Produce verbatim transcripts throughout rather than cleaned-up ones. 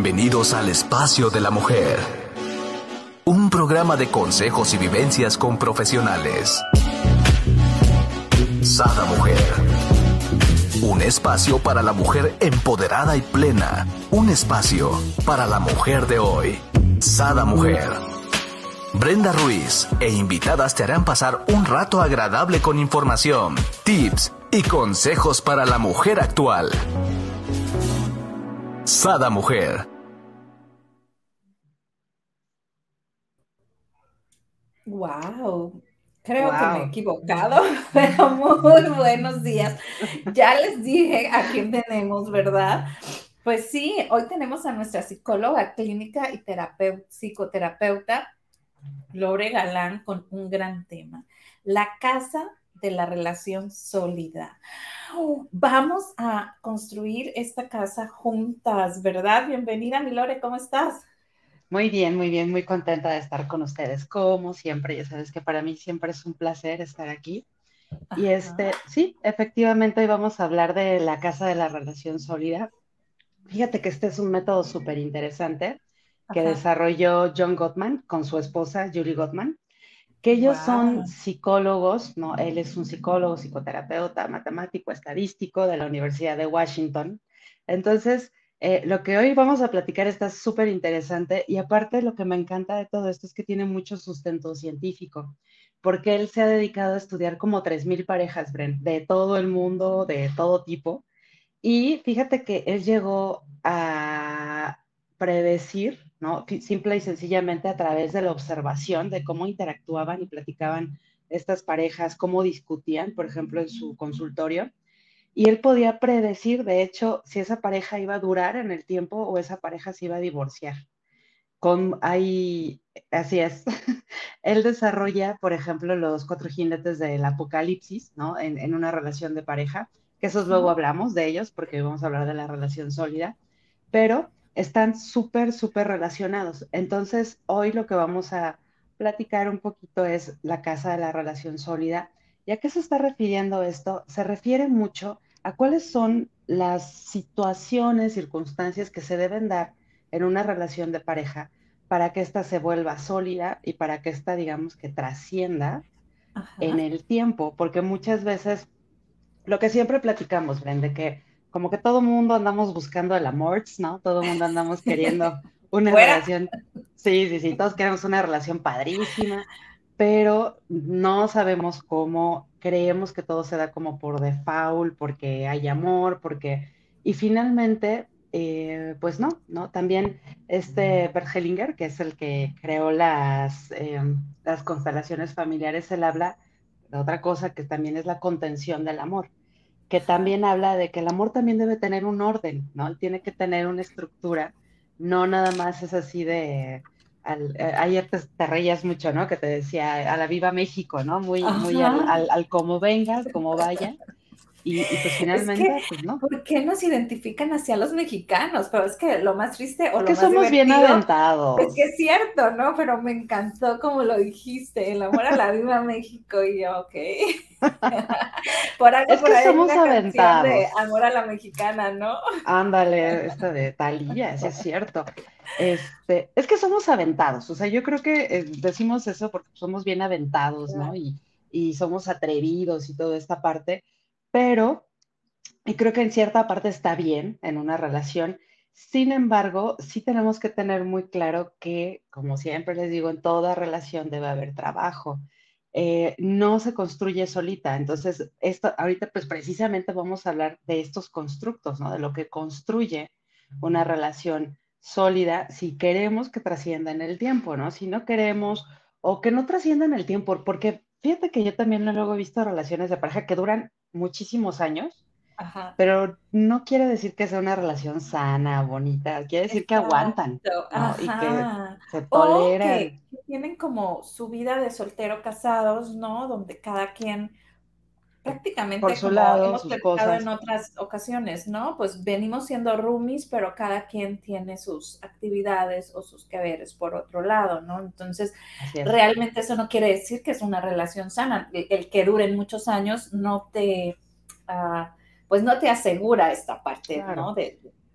Bienvenidos al Espacio de la Mujer, un programa de consejos y vivencias con profesionales. Sada Mujer, un espacio para la mujer empoderada y plena, un espacio para la mujer de hoy. Sada Mujer. Brenda Ruiz e invitadas te harán pasar un rato agradable con información, tips y consejos para la mujer actual. Sada Mujer. Wow, creo Wow. que me he equivocado, pero muy buenos días. Ya les dije a quién tenemos, ¿verdad? Pues sí, hoy tenemos a nuestra psicóloga clínica y terapeuta, psicoterapeuta, Lore Galán, con un gran tema, la casa de la relación sólida. Vamos a construir esta casa juntas, ¿verdad? Bienvenida, mi Lore, ¿cómo estás? Muy bien, muy bien, muy contenta de estar con ustedes, como siempre. Ya sabes que para mí siempre es un placer estar aquí. Y este, Ajá. sí, efectivamente hoy vamos a hablar de la casa de la relación sólida. Fíjate que este es un método súper interesante que Ajá. desarrolló John Gottman con su esposa Julie Gottman, que ellos son Wow. psicólogos, ¿no? Él es un psicólogo, psicoterapeuta, matemático, estadístico de la Universidad de Washington. Entonces, eh, lo que hoy vamos a platicar está súper interesante y aparte lo que me encanta de todo esto es que tiene mucho sustento científico, porque él se ha dedicado a estudiar como tres mil parejas, Bren, de todo el mundo, de todo tipo. Y fíjate que él llegó a predecir, ¿no? Simple y sencillamente a través de la observación de cómo interactuaban y platicaban estas parejas, cómo discutían, por ejemplo, en su consultorio. Y él podía predecir, de hecho, si esa pareja iba a durar en el tiempo o esa pareja se iba a divorciar. Con, ahí, así es. Él desarrolla, por ejemplo, los cuatro jinetes del apocalipsis, ¿no? En, en una relación de pareja, que esos luego Ajá. hablamos de ellos porque vamos a hablar de la relación sólida, pero están súper, súper relacionados. Entonces, hoy lo que vamos a platicar un poquito es la casa de la relación sólida. ¿Y a qué se está refiriendo esto? Se refiere mucho a cuáles son las situaciones, circunstancias que se deben dar en una relación de pareja para que ésta se vuelva sólida y para que ésta, digamos, que trascienda en Ajá. el tiempo, porque muchas veces lo que siempre platicamos, Brenda, que como que todo mundo andamos buscando el amor, ¿no? Todo mundo andamos queriendo una Fuera. relación, sí, sí, sí, todos queremos una relación padrísima, pero no sabemos cómo, creemos que todo se da como por default, porque hay amor, porque, y finalmente, eh, pues no, ¿no? También este Bert Hellinger, que es el que creó las, eh, las constelaciones familiares, él habla de otra cosa que también es la contención del amor, que Ajá. también habla de que el amor también debe tener un orden, ¿no? Tiene que tener una estructura, no nada más es así de, al, eh, ayer te, te reías mucho, ¿no? Que te decía a la viva México, ¿no? Muy, muy al, Ajá. al, al como venga, como vaya, y, y pues Es que, finalmente, pues no. ¿por qué nos identifican hacia los mexicanos? Pero es que lo más triste o Es lo que más somos bien divertido es que aventados. es cierto, ¿no? Pero me encantó como lo dijiste, el amor a la viva México y yo, ok. Por algo Es por que ahí hay somos una canción de aventados. amor a la mexicana, ¿no? Ándale, esta de Thalía, sí es cierto. Este, es que somos aventados, o sea, yo creo que eh, decimos eso porque somos bien aventados, ¿no? Y, y somos atrevidos y toda esta parte, pero, y creo que en cierta parte está bien en una relación. Sin embargo, sí tenemos que tener muy claro que, como siempre les digo, en toda relación debe haber trabajo. Eh, no se construye solita. Entonces, esto, ahorita pues precisamente vamos a hablar de estos constructos, ¿no? De lo que construye una relación sólida si queremos que trascienda en el tiempo, ¿no? Si no queremos o que no trascienda en el tiempo, porque fíjate que yo también luego he visto relaciones de pareja que duran muchísimos años, Ajá. pero no quiere decir que sea una relación sana, bonita, quiere decir que aguantan, Exacto, ¿no? Y que ajá. se O que toleran tienen como su vida de soltero casados, ¿no? Donde cada quien por prácticamente su como lado, hemos sus platicado en cosas. otras ocasiones, ¿no? Pues venimos siendo roomies, pero cada quien tiene sus actividades o sus quehaceres por otro lado, ¿no? Entonces, Así es. realmente eso no quiere decir que es una relación sana. El, el que duren muchos años no te, uh, pues no te asegura esta parte, ¿no? Claro. De,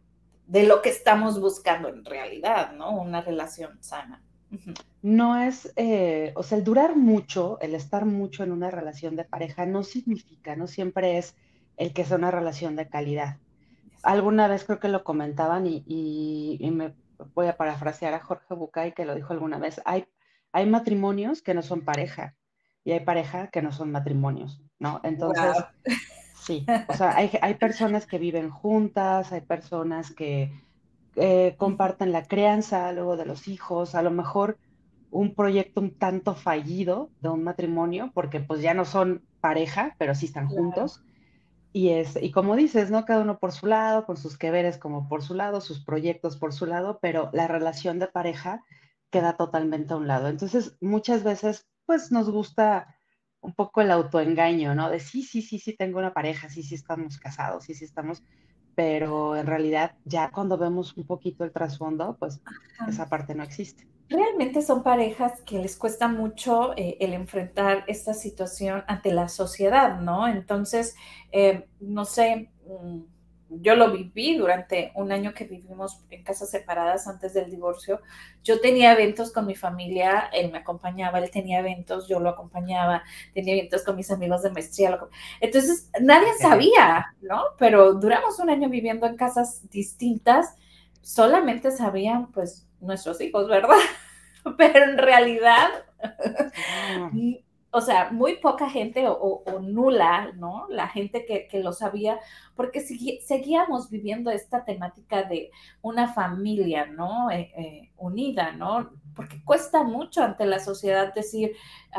de lo que estamos buscando en realidad, ¿no? Una relación sana. Uh-huh. No es, eh, o sea, el durar mucho, el estar mucho en una relación de pareja no significa, no siempre es el que sea una relación de calidad. Alguna vez creo que lo comentaban y, y, y me voy a parafrasear a Jorge Bucay que lo dijo alguna vez, hay, hay matrimonios que no son pareja y hay pareja que no son matrimonios, ¿no? Entonces, Wow. sí, o sea, hay, hay personas que viven juntas, hay personas que eh, comparten la crianza luego de los hijos, a lo mejor un proyecto un tanto fallido de un matrimonio, porque pues ya no son pareja, pero sí están Claro. juntos. Y, es, y como dices, ¿no? Cada uno por su lado, con sus que veres como por su lado, sus proyectos por su lado, pero la relación de pareja queda totalmente a un lado. Entonces, muchas veces, pues nos gusta un poco el autoengaño, ¿no? De sí, sí, sí, sí, tengo una pareja, sí, sí, estamos casados, sí, sí, estamos, pero en realidad ya cuando vemos un poquito el trasfondo, pues esa parte no existe. Realmente son parejas que les cuesta mucho eh, el enfrentar esta situación ante la sociedad, ¿no? Entonces, eh, no sé, mm, yo lo viví durante un año que vivimos en casas separadas antes del divorcio. Yo tenía eventos con mi familia, él me acompañaba, él tenía eventos, yo lo acompañaba, tenía eventos con mis amigos de maestría. Lo, entonces, nadie Okay. sabía, ¿no? Pero duramos un año viviendo en casas distintas, solamente sabían, pues, nuestros hijos, ¿verdad? Pero en realidad, Claro. o sea, muy poca gente o, o nula, ¿no? La gente que, que lo sabía, porque segui, seguíamos viviendo esta temática de una familia, ¿no? Eh, eh, unida, ¿no? Porque cuesta mucho ante la sociedad decir,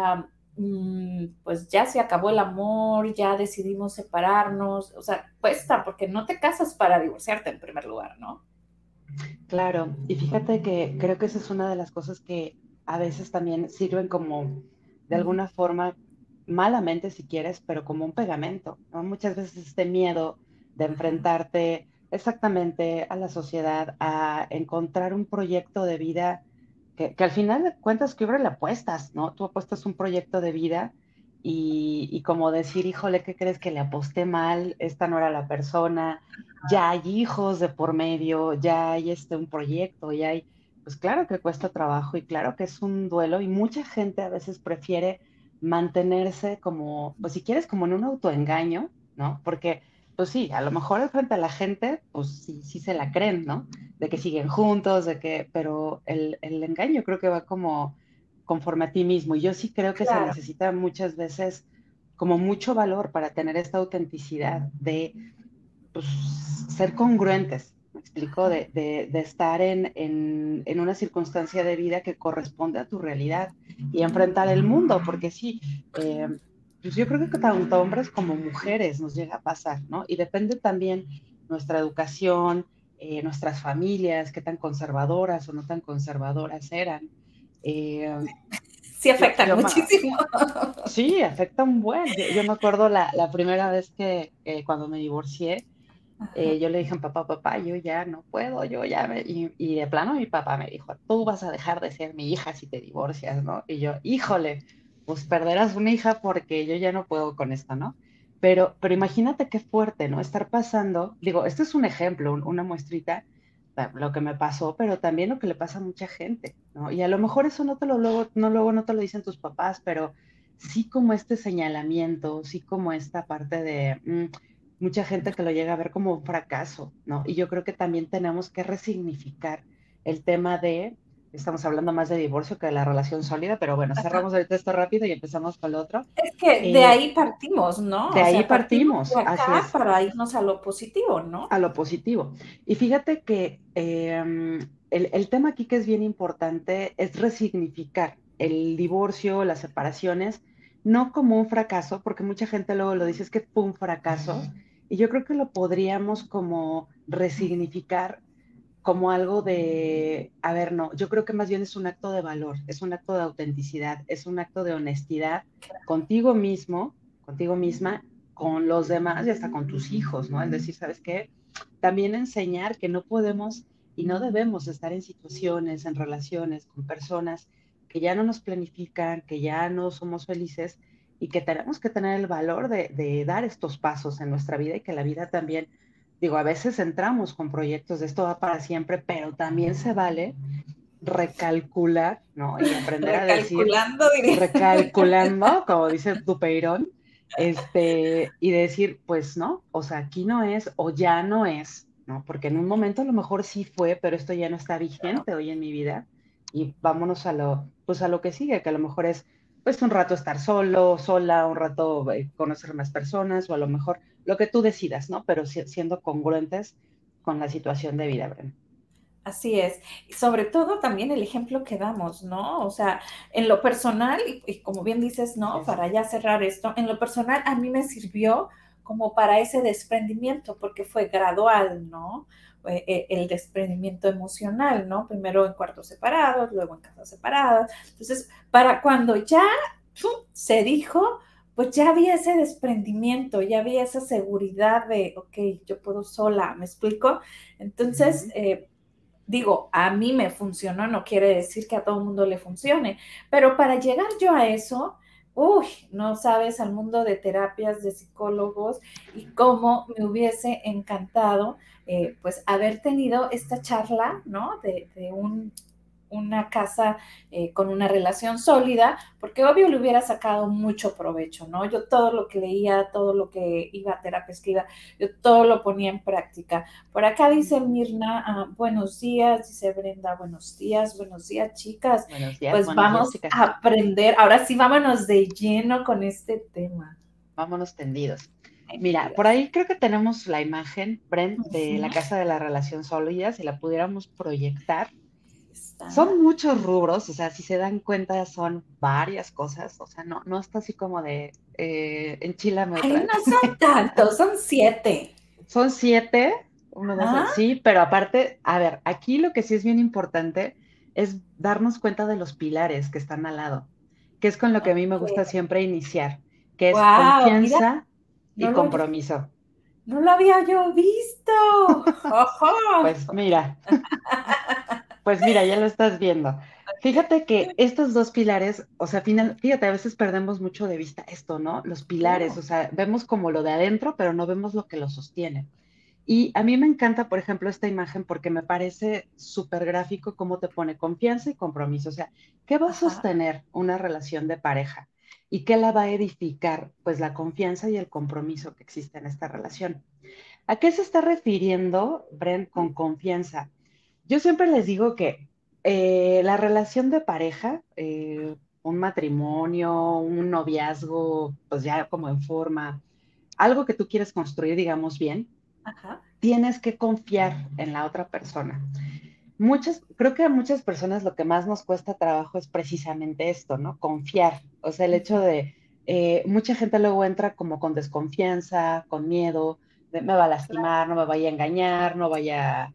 um, pues ya se acabó el amor, ya decidimos separarnos, o sea, cuesta porque no te casas para divorciarte en primer lugar, ¿no? Claro, y fíjate que creo que esa es una de las cosas que a veces también sirven como, de alguna forma, malamente si quieres, pero como un pegamento, ¿no? Muchas veces este miedo de enfrentarte exactamente a la sociedad, a encontrar un proyecto de vida que, que al final de cuentas que le apuestas, ¿no? Tú apuestas un proyecto de vida y, y como decir, híjole, ¿qué crees que le aposté mal? Esta no era la persona, ya hay hijos de por medio, ya hay este un proyecto, ya hay, pues claro que cuesta trabajo y claro que es un duelo y mucha gente a veces prefiere mantenerse como, pues si quieres, como en un autoengaño, ¿no? Porque, pues sí, a lo mejor frente a la gente, pues sí, sí se la creen, ¿no? De que siguen juntos, de que, pero el, el engaño creo que va como conforme a ti mismo y yo sí creo que se Claro. necesita muchas veces como mucho valor para tener esta autenticidad de pues, ser congruentes, me explico, de, de, de estar en, en, en, una circunstancia de vida que corresponde a tu realidad y enfrentar el mundo, porque sí, eh, pues yo creo que tanto hombres como mujeres nos llega a pasar, ¿no? Y depende también nuestra educación, eh, nuestras familias, qué tan conservadoras o no tan conservadoras eran. Eh, Sí yo, afectan yo muchísimo. sí, afecta un buen. Yo, yo me acuerdo la, la primera vez que eh, cuando me divorcié, eh, yo le dije a papá, papá, yo ya no puedo, yo ya me... Y, y de plano mi papá me dijo, tú vas a dejar de ser mi hija si te divorcias, ¿no? Y yo, híjole, pues perderás una hija porque yo ya no puedo con esto, ¿no? Pero, pero imagínate qué fuerte, ¿no? Estar pasando, digo, este es un ejemplo, un- una muestrita, lo que me pasó, pero también lo que le pasa a mucha gente, ¿no? Y a lo mejor eso no te lo luego, no luego no te lo dicen tus papás, pero sí como este señalamiento, sí como esta parte de mm, mucha gente que lo llega a ver como un fracaso, ¿no? Y yo creo que también tenemos que resignificar el tema de, estamos hablando más de divorcio que de la relación sólida, pero bueno, cerramos ahorita esto rápido y empezamos con lo otro. Es que de Eh, ahí partimos, ¿no? de O ahí sea, partimos partimos, de así acá es, para irnos a lo positivo, ¿no? a lo positivo. Y fíjate que eh, el, el tema aquí que es bien importante es resignificar el divorcio, las separaciones, no como un fracaso, porque mucha gente luego lo dice, es que fue un fracaso, y yo creo que lo podríamos como resignificar como algo de, a ver, no, yo creo que más bien es un acto de valor, es un acto de autenticidad, es un acto de honestidad contigo mismo, contigo misma, con los demás y hasta con tus hijos, ¿no? Es decir, ¿sabes qué? También enseñar que no podemos y no debemos estar en situaciones, en relaciones con personas que ya no nos planifican, que ya no somos felices y que tenemos que tener el valor de, de dar estos pasos en nuestra vida y que la vida también digo, a veces entramos con proyectos de esto va para siempre, pero también se vale recalcular, ¿no? Y aprender a decir, Recalculando, diría. recalculando, como dice Dupeirón, este, y decir, pues no, o sea, aquí no es, o ya no es, ¿no? Porque en un momento a lo mejor sí fue, pero esto ya no está vigente hoy en mi vida, y vámonos a lo, pues a lo que sigue, que a lo mejor es, pues un rato estar solo, sola, un rato eh, conocer más personas, o a lo mejor lo que tú decidas, ¿no? Pero si- siendo congruentes con la situación de vida, Bren. Así es. Y sobre todo también el ejemplo que damos, ¿no? O sea, en lo personal, y, y como bien dices, ¿no? Yes. Para ya cerrar esto, en lo personal a mí me sirvió como para ese desprendimiento, porque fue gradual, ¿no? Eh, eh, El desprendimiento emocional, ¿no? Primero en cuartos separados, luego en casas separadas. Entonces, para cuando ya ¡pum! Se dijo, pues ya había ese desprendimiento, ya había esa seguridad de, ok, yo puedo sola, ¿me explico? Entonces, Ujú. eh, digo, a mí me funcionó, no quiere decir que a todo el mundo le funcione, pero para llegar yo a eso, uy, no sabes al mundo de terapias, de psicólogos y cómo me hubiese encantado, eh, pues, haber tenido esta charla, ¿no? De, de un una casa eh, con una relación sólida, porque obvio le hubiera sacado mucho provecho, ¿no? Yo todo lo que leía, todo lo que iba a terapias que iba, yo todo lo ponía en práctica. Por acá dice Mirna, uh, buenos días, dice Brenda, buenos días, buenos días, chicas. Buenos días, Pues buenos días, vamos chicas. a aprender, ahora sí vámonos de lleno con este tema. Vámonos tendidos. Ay, Mira, por Dios. ahí creo que tenemos la imagen, Brent, de Uh-huh. la casa de la relación sólida, si la pudiéramos proyectar. Está. Son muchos rubros, o sea, si se dan cuenta, son varias cosas, o sea, no, no está así como de eh, enchilame Ay, otra. no son tantos, son siete. Son siete, uno, dos, ¿Ah? sí, pero aparte, a ver, aquí lo que sí es bien importante es darnos cuenta de los pilares que están al lado, que es con lo que a mí me gusta Ok. siempre iniciar, que es Wow, mira, confianza no y lo, compromiso. no lo había yo visto. Ojo. Pues mira, pues mira, ya lo estás viendo. Fíjate que estos dos pilares, o sea, final, fíjate, a veces perdemos mucho de vista esto, ¿no? Los pilares, Claro. o sea, vemos como lo de adentro, pero no vemos lo que lo sostiene. Y a mí me encanta, por ejemplo, esta imagen porque me parece súper gráfico cómo te pone confianza y compromiso. O sea, ¿qué va a Ajá. sostener una relación de pareja? ¿Y qué la va a edificar? Pues la confianza y el compromiso que existe en esta relación. ¿A qué se está refiriendo Brent con confianza? Yo siempre les digo que eh, la relación de pareja, eh, un matrimonio, un noviazgo, pues ya como en forma, algo que tú quieres construir, digamos bien, Ajá. tienes que confiar en la otra persona. Muchas, creo que a muchas personas lo que más nos cuesta trabajo es precisamente esto, ¿no? Confiar. O sea, el hecho de, eh, mucha gente luego entra como con desconfianza, con miedo, de me va a Claro. lastimar, no me vaya a engañar, no vaya...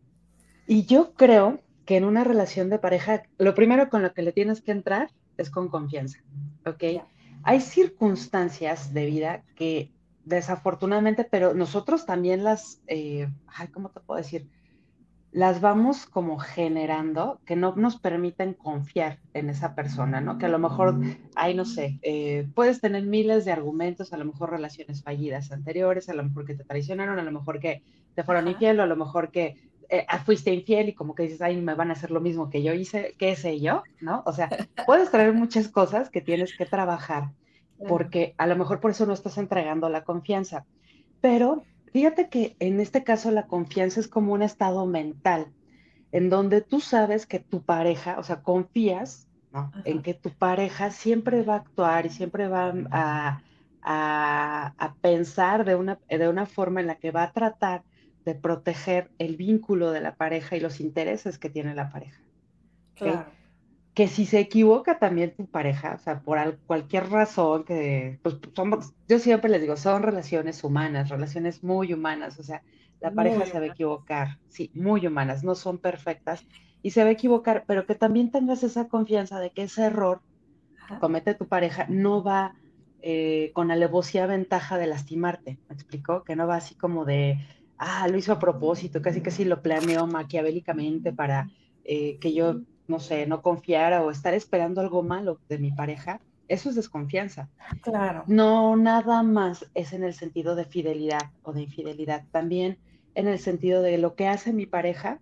Y yo creo que en una relación de pareja, lo primero con lo que le tienes que entrar es con confianza, ¿ok? Ya. Hay circunstancias de vida que desafortunadamente, pero nosotros también las, eh, ay, ¿cómo te puedo decir? Las vamos como generando que no nos permiten confiar en esa persona, ¿no? Que a lo mejor, ay, no sé, eh, puedes tener miles de argumentos, a lo mejor relaciones fallidas anteriores, a lo mejor que te traicionaron, a lo mejor que te fueron Ajá. infiel, o a lo mejor que eh, fuiste infiel y como que dices, ay, me van a hacer lo mismo que yo hice, qué sé yo, ¿no? O sea, puedes traer muchas cosas que tienes que trabajar Claro. porque a lo mejor por eso no estás entregando la confianza. Pero fíjate que en este caso la confianza es como un estado mental en donde tú sabes que tu pareja, o sea, confías, ¿no? En Ajá. que tu pareja siempre va a actuar y siempre va a, a, a pensar de una, de una forma en la que va a tratar de proteger el vínculo de la pareja y los intereses que tiene la pareja. ¿Ok? Claro. Que si se equivoca también tu pareja, o sea, por al- cualquier razón que, pues somos, yo siempre les digo, son relaciones humanas, relaciones muy humanas, o sea, la pareja Muy se va a humano. equivocar, sí, muy humanas, no son perfectas y se va a equivocar, pero que también tengas esa confianza de que ese error que Ajá. comete tu pareja no va eh, con alevosía ventaja de lastimarte, ¿me explicó? Que no va así como de, ah, lo hizo a propósito, casi casi lo planeó maquiavélicamente para eh, que yo, no sé, no confiara o estar esperando algo malo de mi pareja. Eso es desconfianza. Claro. No, nada más es en el sentido de fidelidad o de infidelidad. También en el sentido de lo que hace mi pareja,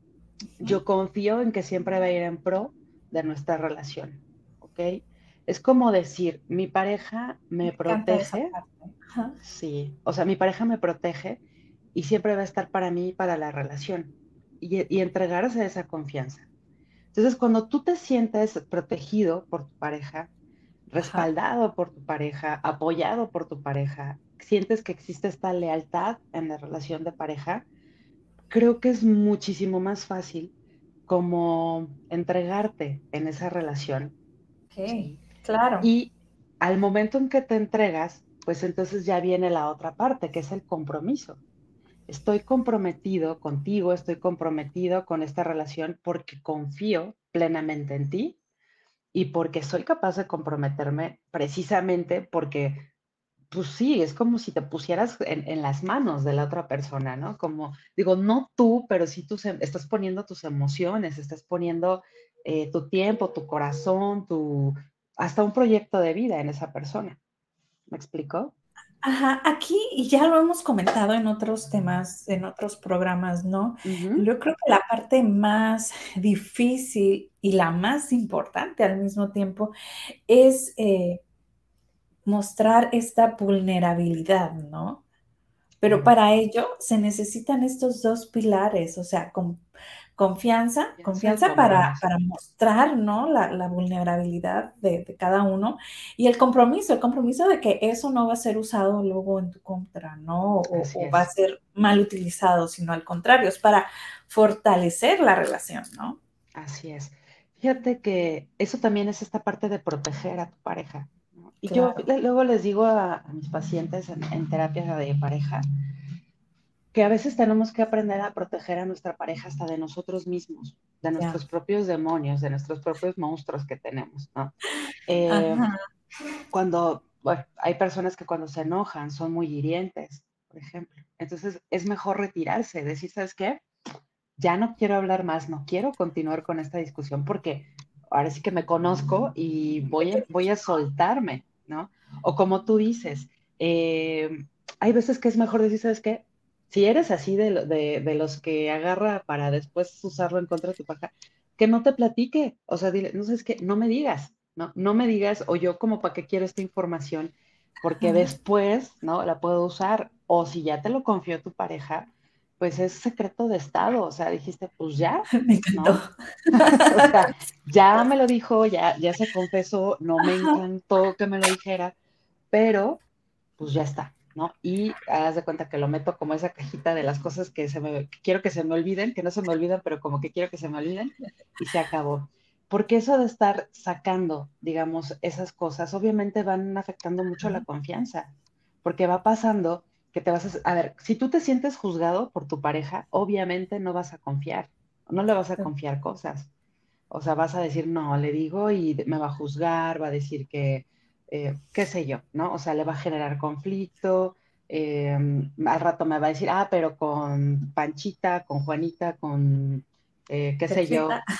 yo confío en que siempre va a ir en pro de nuestra relación, ¿ok? Es como decir, mi pareja Me me encanta esa protege, parte. Ajá, sí, o sea, mi pareja me protege y siempre va a estar para mí y para la relación y, y entregarse esa confianza. Entonces, cuando tú te sientes protegido por tu pareja, ajá. respaldado por tu pareja, apoyado por tu pareja, sientes que existe esta lealtad en la relación de pareja, creo que es muchísimo más fácil como entregarte en esa relación, Ok, ¿sí? claro. Y al momento en que te entregas, pues entonces ya viene la otra parte, que es el compromiso. Estoy comprometido contigo, estoy comprometido con esta relación porque confío plenamente en ti y porque soy capaz de comprometerme precisamente porque pues sí, es como si te pusieras en, en las manos de la otra persona, ¿no? Como, digo, no tú, pero sí tú estás poniendo tus emociones, estás poniendo eh, tu tiempo, tu corazón, tu, hasta un proyecto de vida en esa persona. ¿Me explico? Ajá, aquí, y ya lo hemos comentado en otros temas, en otros programas, ¿no? Ujú, Yo creo que la parte más difícil y la más importante al mismo tiempo es eh, mostrar esta vulnerabilidad, ¿no? Pero claro. para ello se necesitan estos dos pilares, o sea, con, confianza, Confianza y confianza para, compromiso. para mostrar, ¿no? La, la vulnerabilidad de, de, cada uno y el compromiso, el compromiso de que eso no va a ser usado luego en tu contra, ¿no? O, Así o va a es. ser mal utilizado, sino al contrario, es para fortalecer la relación, ¿no? Así es. Fíjate que eso también es esta parte de proteger a tu pareja, ¿no? Y yo Claro, le- luego les digo a, a mis pacientes en, en terapia de pareja que a veces tenemos que aprender a proteger a nuestra pareja hasta de nosotros mismos, de ya. nuestros propios demonios, de nuestros propios monstruos que tenemos, ¿no? Eh, Ajá. cuando, bueno, hay personas que cuando se enojan son muy hirientes, por ejemplo. Entonces es mejor retirarse, decir, ¿sabes qué? Ya no quiero hablar más, no quiero continuar con esta discusión porque ahora sí que me conozco y voy a, voy a soltarme, ¿no? O como tú dices, eh, hay veces que es mejor decir, ¿sabes qué? Si eres así de, de, de, los que agarra para después usarlo en contra de tu pareja, que no te platique, o sea, dile, no sabes qué, no me digas, no, no me digas, o yo como para qué quiero esta información, porque Ajá. después, ¿no? La puedo usar, o si ya te lo confió tu pareja, pues es secreto de Estado, o sea, dijiste, pues ya, Me encantó. ¿no? O sea, ya me lo dijo, ya, ya se confesó, no me encantó que me lo dijera, pero pues ya está, ¿no? Y haz de cuenta que lo meto como esa cajita de las cosas que, se me, que quiero que se me olviden, que no se me olvidan, pero como que quiero que se me olviden, y se acabó. Porque eso de estar sacando, digamos, esas cosas, obviamente van afectando mucho la confianza, porque va pasando que te vas a... A ver, si tú te sientes juzgado por tu pareja, obviamente no vas a confiar, no le vas a confiar cosas. O sea, vas a decir, no, le digo y me va a juzgar, va a decir que, eh, qué sé yo, ¿no? O sea, le va a generar conflicto, eh, al rato me va a decir, ah, pero con Panchita, con Juanita, con, eh, qué sé yo, Pepita.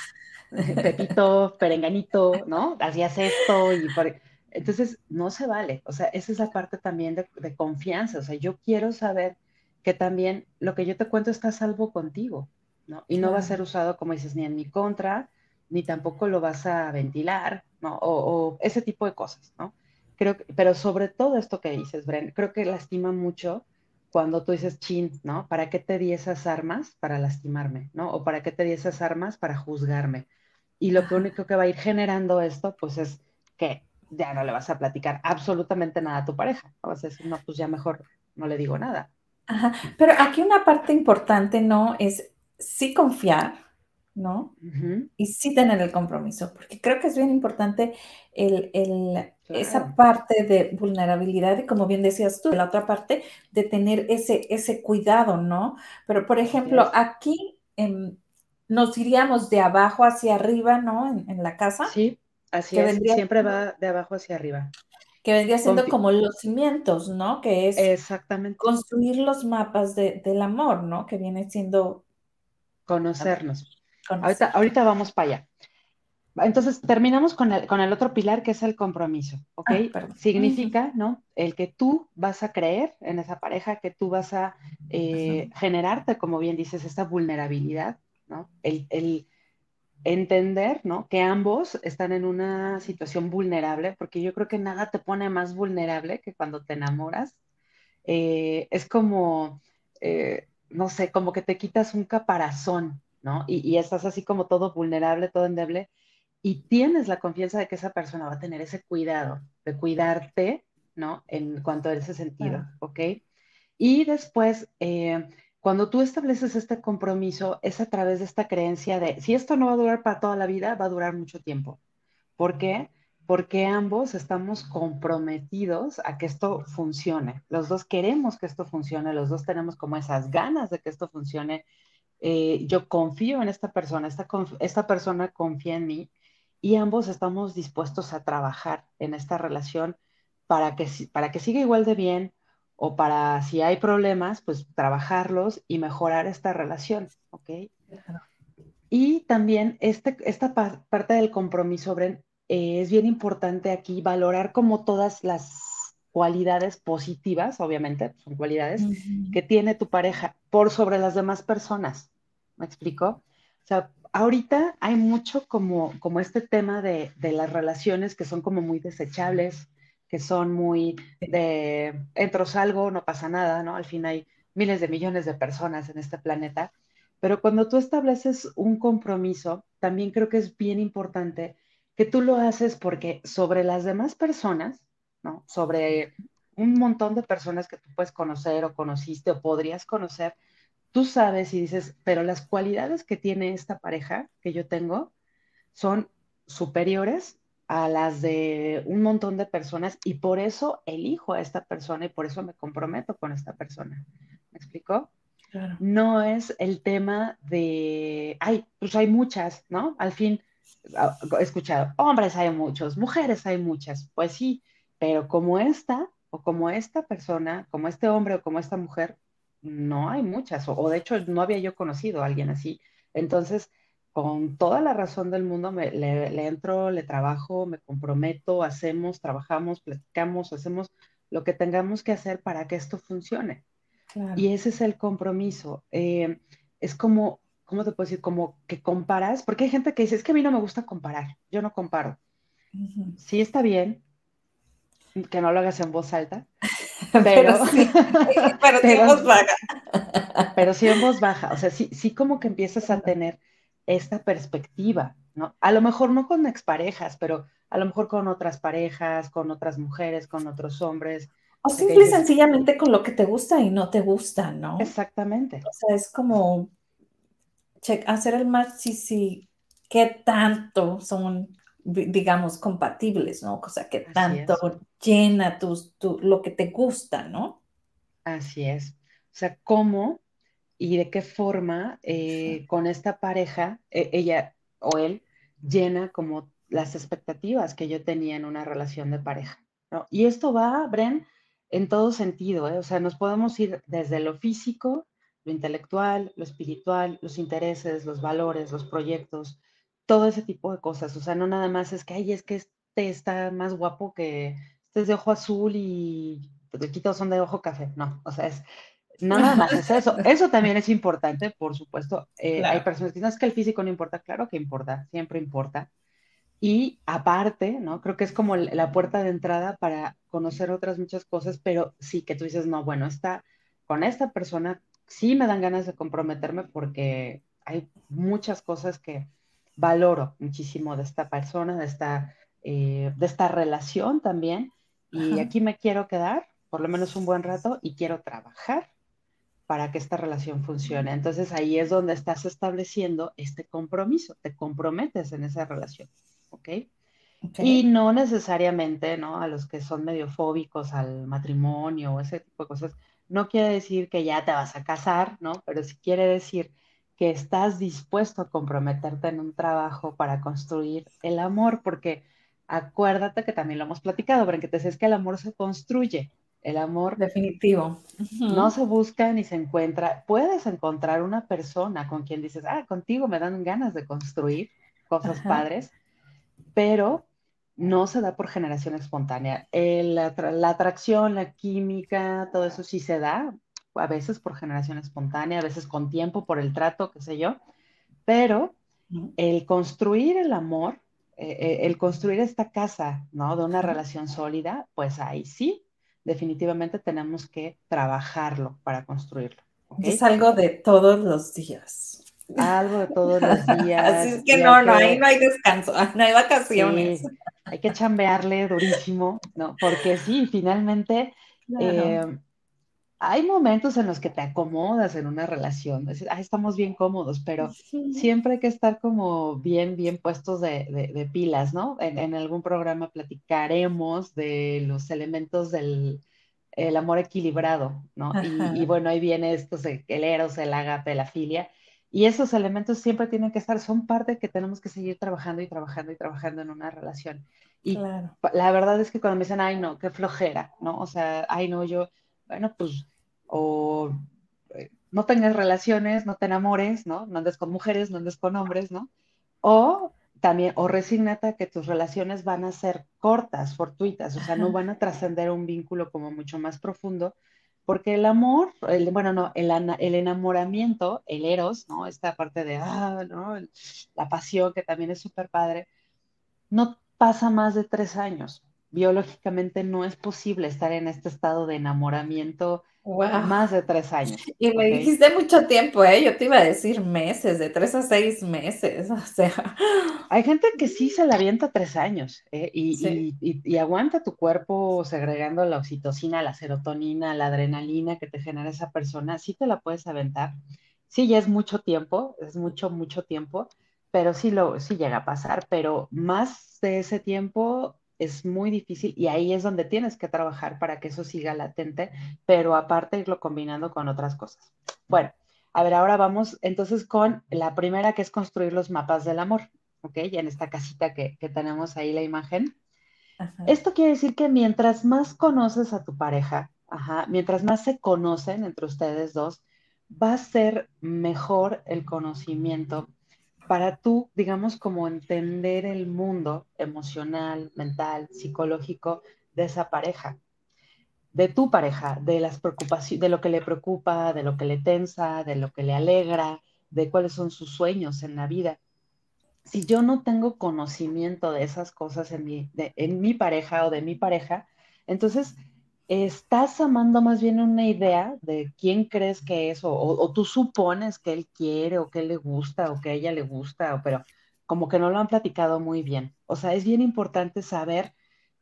Pepito, Perenganito, ¿no? Hacías esto y por... Entonces, no se vale. O sea, esa es la parte también de, de confianza. O sea, yo quiero saber que también lo que yo te cuento está a salvo contigo, ¿no? Y no va a Claro. ser usado, como dices, ni en mi contra, ni tampoco lo vas a ventilar, ¿no? O, o ese tipo de cosas, ¿no? Creo que, pero sobre todo esto que dices, Bren, creo que lastima mucho cuando tú dices, chin, ¿no? ¿Para qué te di esas armas para lastimarme, ¿no? O ¿para qué te di esas armas para juzgarme? Y lo que Ajá. único que va a ir generando esto, pues es que ya no le vas a platicar absolutamente nada a tu pareja. ¿No? Vas a decir, no, pues ya mejor no le digo nada. Ajá, pero aquí una parte importante, ¿no? Es sí confiar, ¿no? Ujú, Y sí tener el compromiso, porque creo que es bien importante el, el- esa claro, parte de vulnerabilidad y como bien decías tú, la otra parte de tener ese, ese cuidado, ¿no? Pero, por así ejemplo, es. aquí em, nos iríamos de abajo hacia arriba, ¿no? En, en la casa, Sí, así que es. vendría, Siempre va de abajo hacia arriba. que vendría siendo Confi- como los cimientos, ¿no? Que es Exactamente. construir los mapas de- del amor, ¿no? Que viene siendo Conocernos. Ahorita, conocer. ahorita vamos para allá. Entonces, terminamos con el, con el otro pilar que es el compromiso, ¿ok? Ah, perdón. Ujú. Significa, ¿no? El que tú vas a creer en esa pareja, que tú vas a Ajá. eh, generarte, como bien dices, esta vulnerabilidad, ¿no? El, el entender, ¿no? Que ambos están en una situación vulnerable, porque yo creo que nada te pone más vulnerable que cuando te enamoras. Eh, es como, eh, no sé, como que te quitas un caparazón, ¿no? Y, y estás así como todo vulnerable, todo endeble, y tienes la confianza de que esa persona va a tener ese cuidado, de cuidarte, ¿no? En cuanto a ese sentido, Claro. ¿ok? Y después, eh, cuando tú estableces este compromiso, es a través de esta creencia de, si esto no va a durar para toda la vida, va a durar mucho tiempo. ¿Por qué? Porque ambos estamos comprometidos a que esto funcione. Los dos queremos que esto funcione, los dos tenemos como esas ganas de que esto funcione. Eh, yo confío en esta persona, esta, conf- esta persona confía en mí y ambos estamos dispuestos a trabajar en esta relación para que, si- para que siga igual de bien o para si hay problemas, pues trabajarlos y mejorar esta relación, ¿ok? Claro. Y también este, esta pa- parte del compromiso, Bren, eh, es bien importante aquí valorar como todas las cualidades positivas, obviamente, son cualidades Ujú. que tiene tu pareja por sobre las demás personas. ¿Me explico? O sea, ahorita hay mucho como, como este tema de, de las relaciones que son como muy desechables, que son muy de, entro, salgo, no pasa nada, ¿no? Al fin hay miles de millones de personas en este planeta, pero cuando tú estableces un compromiso, también creo que es bien importante que tú lo haces porque sobre las demás personas, ¿no? Sobre un montón de personas que tú puedes conocer o conociste o podrías conocer, tú sabes y dices, pero las cualidades que tiene esta pareja que yo tengo son superiores a las de un montón de personas y por eso elijo a esta persona y por eso me comprometo con esta persona. ¿Me explicó? Claro. No es el tema de, ay, pues hay muchas, ¿no? Al fin, ah, he escuchado, hombres hay muchos, mujeres hay muchas, pues sí, pero como esta, o como esta persona, como este hombre o como esta mujer, no hay muchas, o, o de hecho no había yo conocido a alguien así. Entonces, con toda la razón del mundo, me, le, le entro, le trabajo, me comprometo, hacemos, trabajamos, platicamos, hacemos lo que tengamos que hacer para que esto funcione. Claro. Y ese es el compromiso. Eh, es como, ¿cómo te puedo decir? Como que comparas, porque hay gente que dice, es que a mí no me gusta comparar, yo no comparo. Ujú. Sí está bien que no lo hagas en voz alta, Pero pero, sí, pero sí en pero, voz baja. pero sí en voz baja. O sea, sí, sí como que empiezas a Claro. tener esta perspectiva, ¿no? A lo mejor no con exparejas, pero a lo mejor con otras parejas, con otras mujeres, con otros hombres. O O sea, que simple y dices, sencillamente con lo que te gusta y no te gusta, ¿no? exactamente, O sea, es como che- hacer el match, sí, sí, qué tanto son, di- digamos, compatibles, ¿no? O sea, qué así tanto es. llena tus, tu, lo que te gusta, ¿no? Así es. O sea, cómo y de qué forma eh, con esta pareja, eh, ella o él, llena como las expectativas que yo tenía en una relación de pareja, ¿no? Y esto va, Bren, en todo sentido, ¿eh? O sea, nos podemos ir desde lo físico, lo intelectual, lo espiritual, los intereses, los valores, los proyectos, todo ese tipo de cosas. O sea, no nada más es que, ay, es que este está más guapo que este es de ojo azul y aquí todos son de ojo café. No, o sea, es no nada más es eso. Eso también es importante, por supuesto. Eh, hay Claro. personas que dicen, "No, es que el físico no importa". Claro que importa, siempre importa. Y aparte, ¿no? Creo que es como el- la puerta de entrada para conocer otras muchas cosas, pero sí que tú dices, no, bueno, esta, con esta persona sí me dan ganas de comprometerme porque hay muchas cosas que valoro muchísimo de esta persona, de esta, eh, de esta relación también. Y Ajá. aquí me quiero quedar por lo menos un buen rato y quiero trabajar para que esta relación funcione. Entonces ahí es donde estás estableciendo este compromiso, te comprometes en esa relación, ¿ok? Ok. Y no necesariamente, ¿no? A los que son medio fóbicos al matrimonio o ese tipo de cosas, no quiere decir que ya te vas a casar, ¿no? Pero sí quiere decir que estás dispuesto a comprometerte en un trabajo para construir el amor, porque acuérdate que también lo hemos platicado, pero que te es que el amor se construye, el amor Definitivo. no Ujú. se busca ni se encuentra. Puedes encontrar una persona con quien dices, ah, contigo me dan ganas de construir cosas Ajá. padres, pero no se da por generación espontánea. El- la, atra- la atracción, la química, todo eso sí se da, a veces por generación espontánea, a veces con tiempo, por el trato, qué sé yo, pero ¿no? el construir el amor, eh, eh, el construir esta casa, ¿no? De una Ajá. relación sólida, pues ahí sí, definitivamente tenemos que trabajarlo para construirlo, ¿ok? Y es algo de todos los días. Algo de todos los Así días es que y hay no, no, ahí no que, hay descanso, no hay vacaciones. sí, hay que chambearle durísimo, ¿no? Porque sí, finalmente Claro. eh, hay momentos en los que te acomodas en una relación, es decir, "Ah, estamos bien cómodos", pero Ujú. siempre hay que estar como bien, bien puestos de, de- de pilas, ¿no? En, en algún programa platicaremos de los elementos del el amor equilibrado, ¿no? Y, y Ajá, bueno, ahí viene esto, de el eros, el ágape, la filia, y esos elementos siempre tienen que estar, son parte que tenemos que seguir trabajando y trabajando y trabajando en una relación. Y claro. pa- la verdad es que cuando me dicen, ay, no, qué flojera, ¿no? O sea, ay, no, yo, bueno, pues o eh, no tengas relaciones, no te enamores, ¿no? No andes con mujeres, no andes con hombres, ¿no? O también, o resígnate a que tus relaciones van a ser cortas, fortuitas, o sea, no Ajá. van a trascender un vínculo como mucho más profundo, porque el amor, el, bueno, no, el, ana- el enamoramiento, el eros, ¿no? Esta parte de, ah, ¿no? El- la pasión, que también es súper padre, no pasa más de tres años. Biológicamente no es posible estar en este estado de enamoramiento Wow. más de tres años, Y me ¿ok? dijiste mucho tiempo, ¿eh? Yo te iba a decir meses, de tres a seis meses, o sea, Hay gente que sí se la avienta tres años, ¿eh? sí, y, y- y- y aguanta tu cuerpo segregando la oxitocina, la serotonina, la adrenalina que te genera esa persona, sí te la puedes aventar. Sí, ya es mucho tiempo, es mucho, mucho tiempo, pero sí, lo, sí llega a pasar, pero más de ese tiempo es muy difícil y ahí es donde tienes que trabajar para que eso siga latente, pero aparte irlo combinando con otras cosas. Bueno, a ver, ahora vamos entonces con la primera, que es construir los mapas del amor. ¿Ok? Ya en esta casita que, que tenemos ahí la imagen. ajá, Esto quiere decir que mientras más conoces a tu pareja, ajá, mientras más se conocen entre ustedes dos, va a ser mejor el conocimiento para tú, digamos, como entender el mundo emocional, mental, psicológico de esa pareja, de tu pareja, de las preocupaciones, de lo que le preocupa, de lo que le tensa, de lo que le alegra, de cuáles son sus sueños en la vida. Si yo no tengo conocimiento de esas cosas en mi, de- en mi pareja o de mi pareja, entonces estás amando más bien una idea de quién crees que es, o, o- o tú supones que él quiere, o que él le gusta, o que a ella le gusta, o- pero como que no lo han platicado muy bien. O sea, es bien importante saber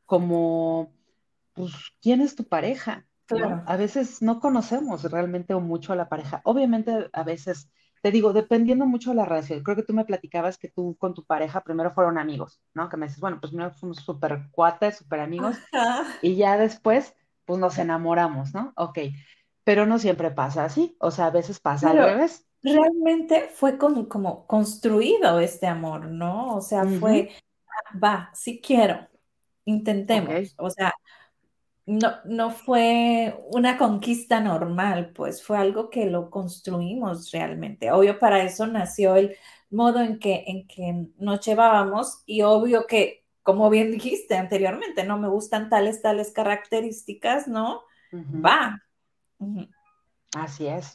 cómo, pues, quién es tu pareja, ¿no? claro. A veces no conocemos realmente o mucho a la pareja. Obviamente, a veces, te digo, dependiendo mucho de la relación. Creo que tú me platicabas que tú con tu pareja primero fueron amigos, ¿no? Que me dices, bueno, pues primero fuimos súper cuates, súper amigos, Ajá. y ya después, pues nos enamoramos, ¿no? Ok, pero no siempre pasa así, o sea, a veces pasa al Pero revés. realmente fue como, como construido este amor, ¿no? O sea, Ujú, fue, "Ah, va, sí quiero, ok, intentemos. O sea, no, no fue una conquista normal, pues fue algo que lo construimos realmente. Obvio, para eso nació el modo en que, en que nos llevábamos y obvio que, como bien dijiste anteriormente, no me gustan tales, tales características, ¿no? ujú, Va. Ujú, así es.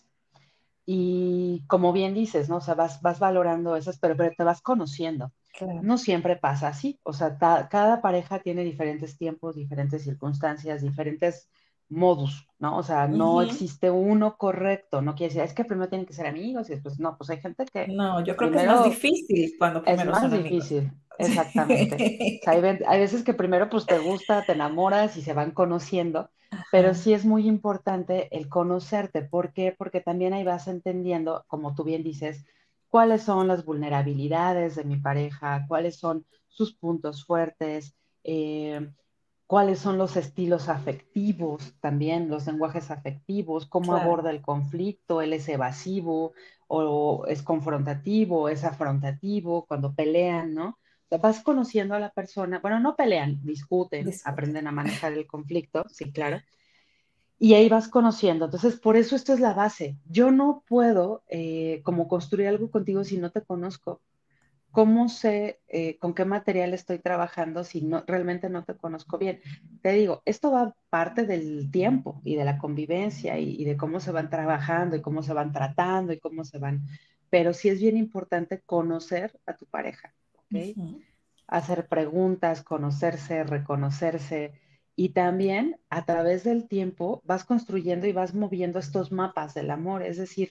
Y como bien dices, ¿no? O sea, vas, vas valorando esas, pero, pero te vas conociendo. claro. No siempre pasa así. O sea, ta- cada pareja tiene diferentes tiempos, diferentes circunstancias, diferentes modus, ¿no? O sea, no Ujú. existe uno correcto. No quiere decir, es que primero tienen que ser amigos y después, no, pues hay gente que No, yo creo que es más primero difícil cuando es primero más son amigos. difícil, exactamente. O sea, hay, ve- hay veces que primero pues te gusta, te enamoras y se van conociendo, pero Ajá, sí es muy importante el conocerte. ¿Por qué? Porque también ahí vas entendiendo, como tú bien dices, cuáles son las vulnerabilidades de mi pareja, cuáles son sus puntos fuertes, eh, cuáles son los estilos afectivos también, los lenguajes afectivos, cómo claro. aborda el conflicto, él es evasivo o es confrontativo, es afrontativo, cuando pelean, ¿no? O sea, vas conociendo a la persona, bueno, no pelean, discuten, Disculpe. aprenden a manejar el conflicto, sí, claro, y ahí vas conociendo. Entonces, por eso esto es la base. Yo no puedo eh, como construir algo contigo si no te conozco. ¿cómo sé eh, con qué material estoy trabajando si no, realmente no te conozco bien? Te digo, esto va parte del tiempo y de la convivencia y, y de cómo se van trabajando y cómo se van tratando y cómo se van, pero sí es bien importante conocer a tu pareja, ¿ok? Ujú. Hacer preguntas, conocerse, reconocerse y también a través del tiempo vas construyendo y vas moviendo estos mapas del amor, es decir,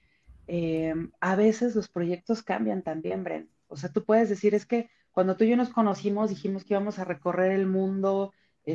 eh, a veces los proyectos cambian también, Bren. O sea, tú puedes decir, es que cuando tú y yo nos conocimos, dijimos que íbamos a recorrer el mundo,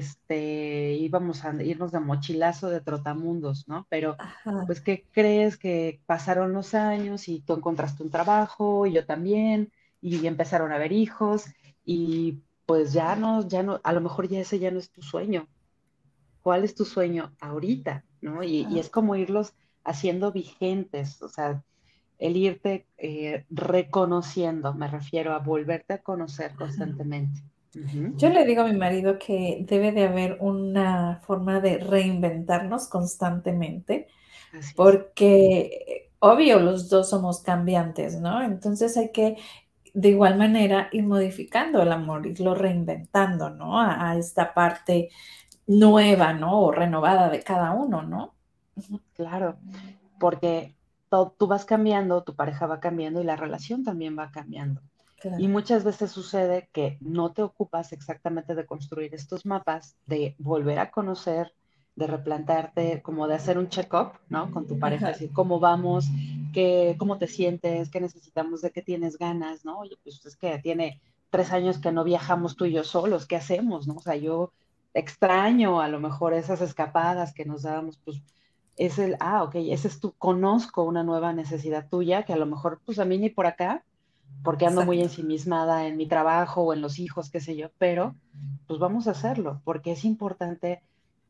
este, íbamos a irnos de mochilazo de trotamundos, ¿no? Pero, Ajá. pues, ¿qué crees? Que pasaron los años y tú encontraste un trabajo y yo también, y empezaron a haber hijos, y pues ya no, ya no, a lo mejor ya ese ya no es tu sueño. ¿Cuál es tu sueño ahorita? ¿No? Y, y Ajá. es como irlos haciendo vigentes, o sea, el irte eh, reconociendo, me refiero a volverte a conocer constantemente. Ujú. Yo le digo a mi marido que debe de haber una forma de reinventarnos constantemente, Así es. porque obvio los dos somos cambiantes, ¿no? Entonces hay que de igual manera ir modificando el amor, irlo reinventando, ¿no? A, a esta parte nueva, ¿no? O renovada de cada uno, ¿no? Ujú. Claro, porque to- tú vas cambiando, tu pareja va cambiando y la relación también va cambiando. Y Claro. muchas veces sucede que no te ocupas exactamente de construir estos mapas, de volver a conocer, de replantarte, como de hacer un check-up, ¿no? Con tu pareja, Ajá. decir cómo vamos, qué, cómo te sientes, qué necesitamos, de qué tienes ganas, ¿no? Oye, pues es que tiene tres años que no viajamos tú y yo solos, ¿qué hacemos, no? O sea, yo extraño a lo mejor esas escapadas que nos dábamos, pues es el, ah, ok, ese es tu, conozco una nueva necesidad tuya que a lo mejor, pues a mí ni por acá, porque ando muy Exacto. ensimismada en mi trabajo o en los hijos, qué sé yo, pero pues vamos a hacerlo, porque es importante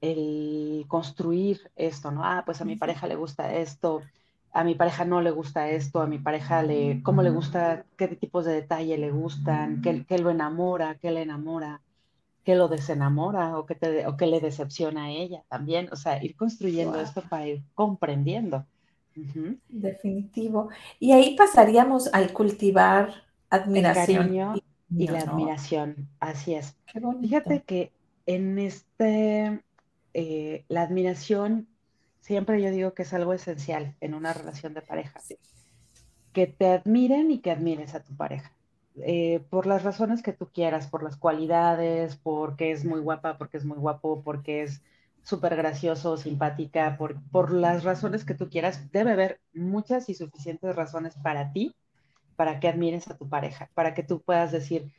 el construir esto, ¿no? Ah, pues a mi Ujú. pareja le gusta esto, a mi pareja no le gusta esto, a mi pareja le, cómo le gusta, qué tipos de detalle le gustan, qué, qué lo enamora, qué le enamora, qué lo desenamora o qué, te, o qué le decepciona a ella también, o sea, ir construyendo Guau, esto para ir comprendiendo. Uh-huh. definitivo. Y ahí pasaríamos al cultivar El admiración y cariño y cariño, la ¿no? admiración, así es. Qué bonito. Fíjate que en este, eh, la admiración, siempre yo digo que es algo esencial en una relación de pareja, Sí. que te admiren y que admires a tu pareja. Eh, por las razones que tú quieras, por las cualidades, porque es muy guapa, porque es muy guapo, porque es súper gracioso, simpática, por, por las razones que tú quieras, debe haber muchas y suficientes razones para ti, para que admires a tu pareja, para que tú puedas decir,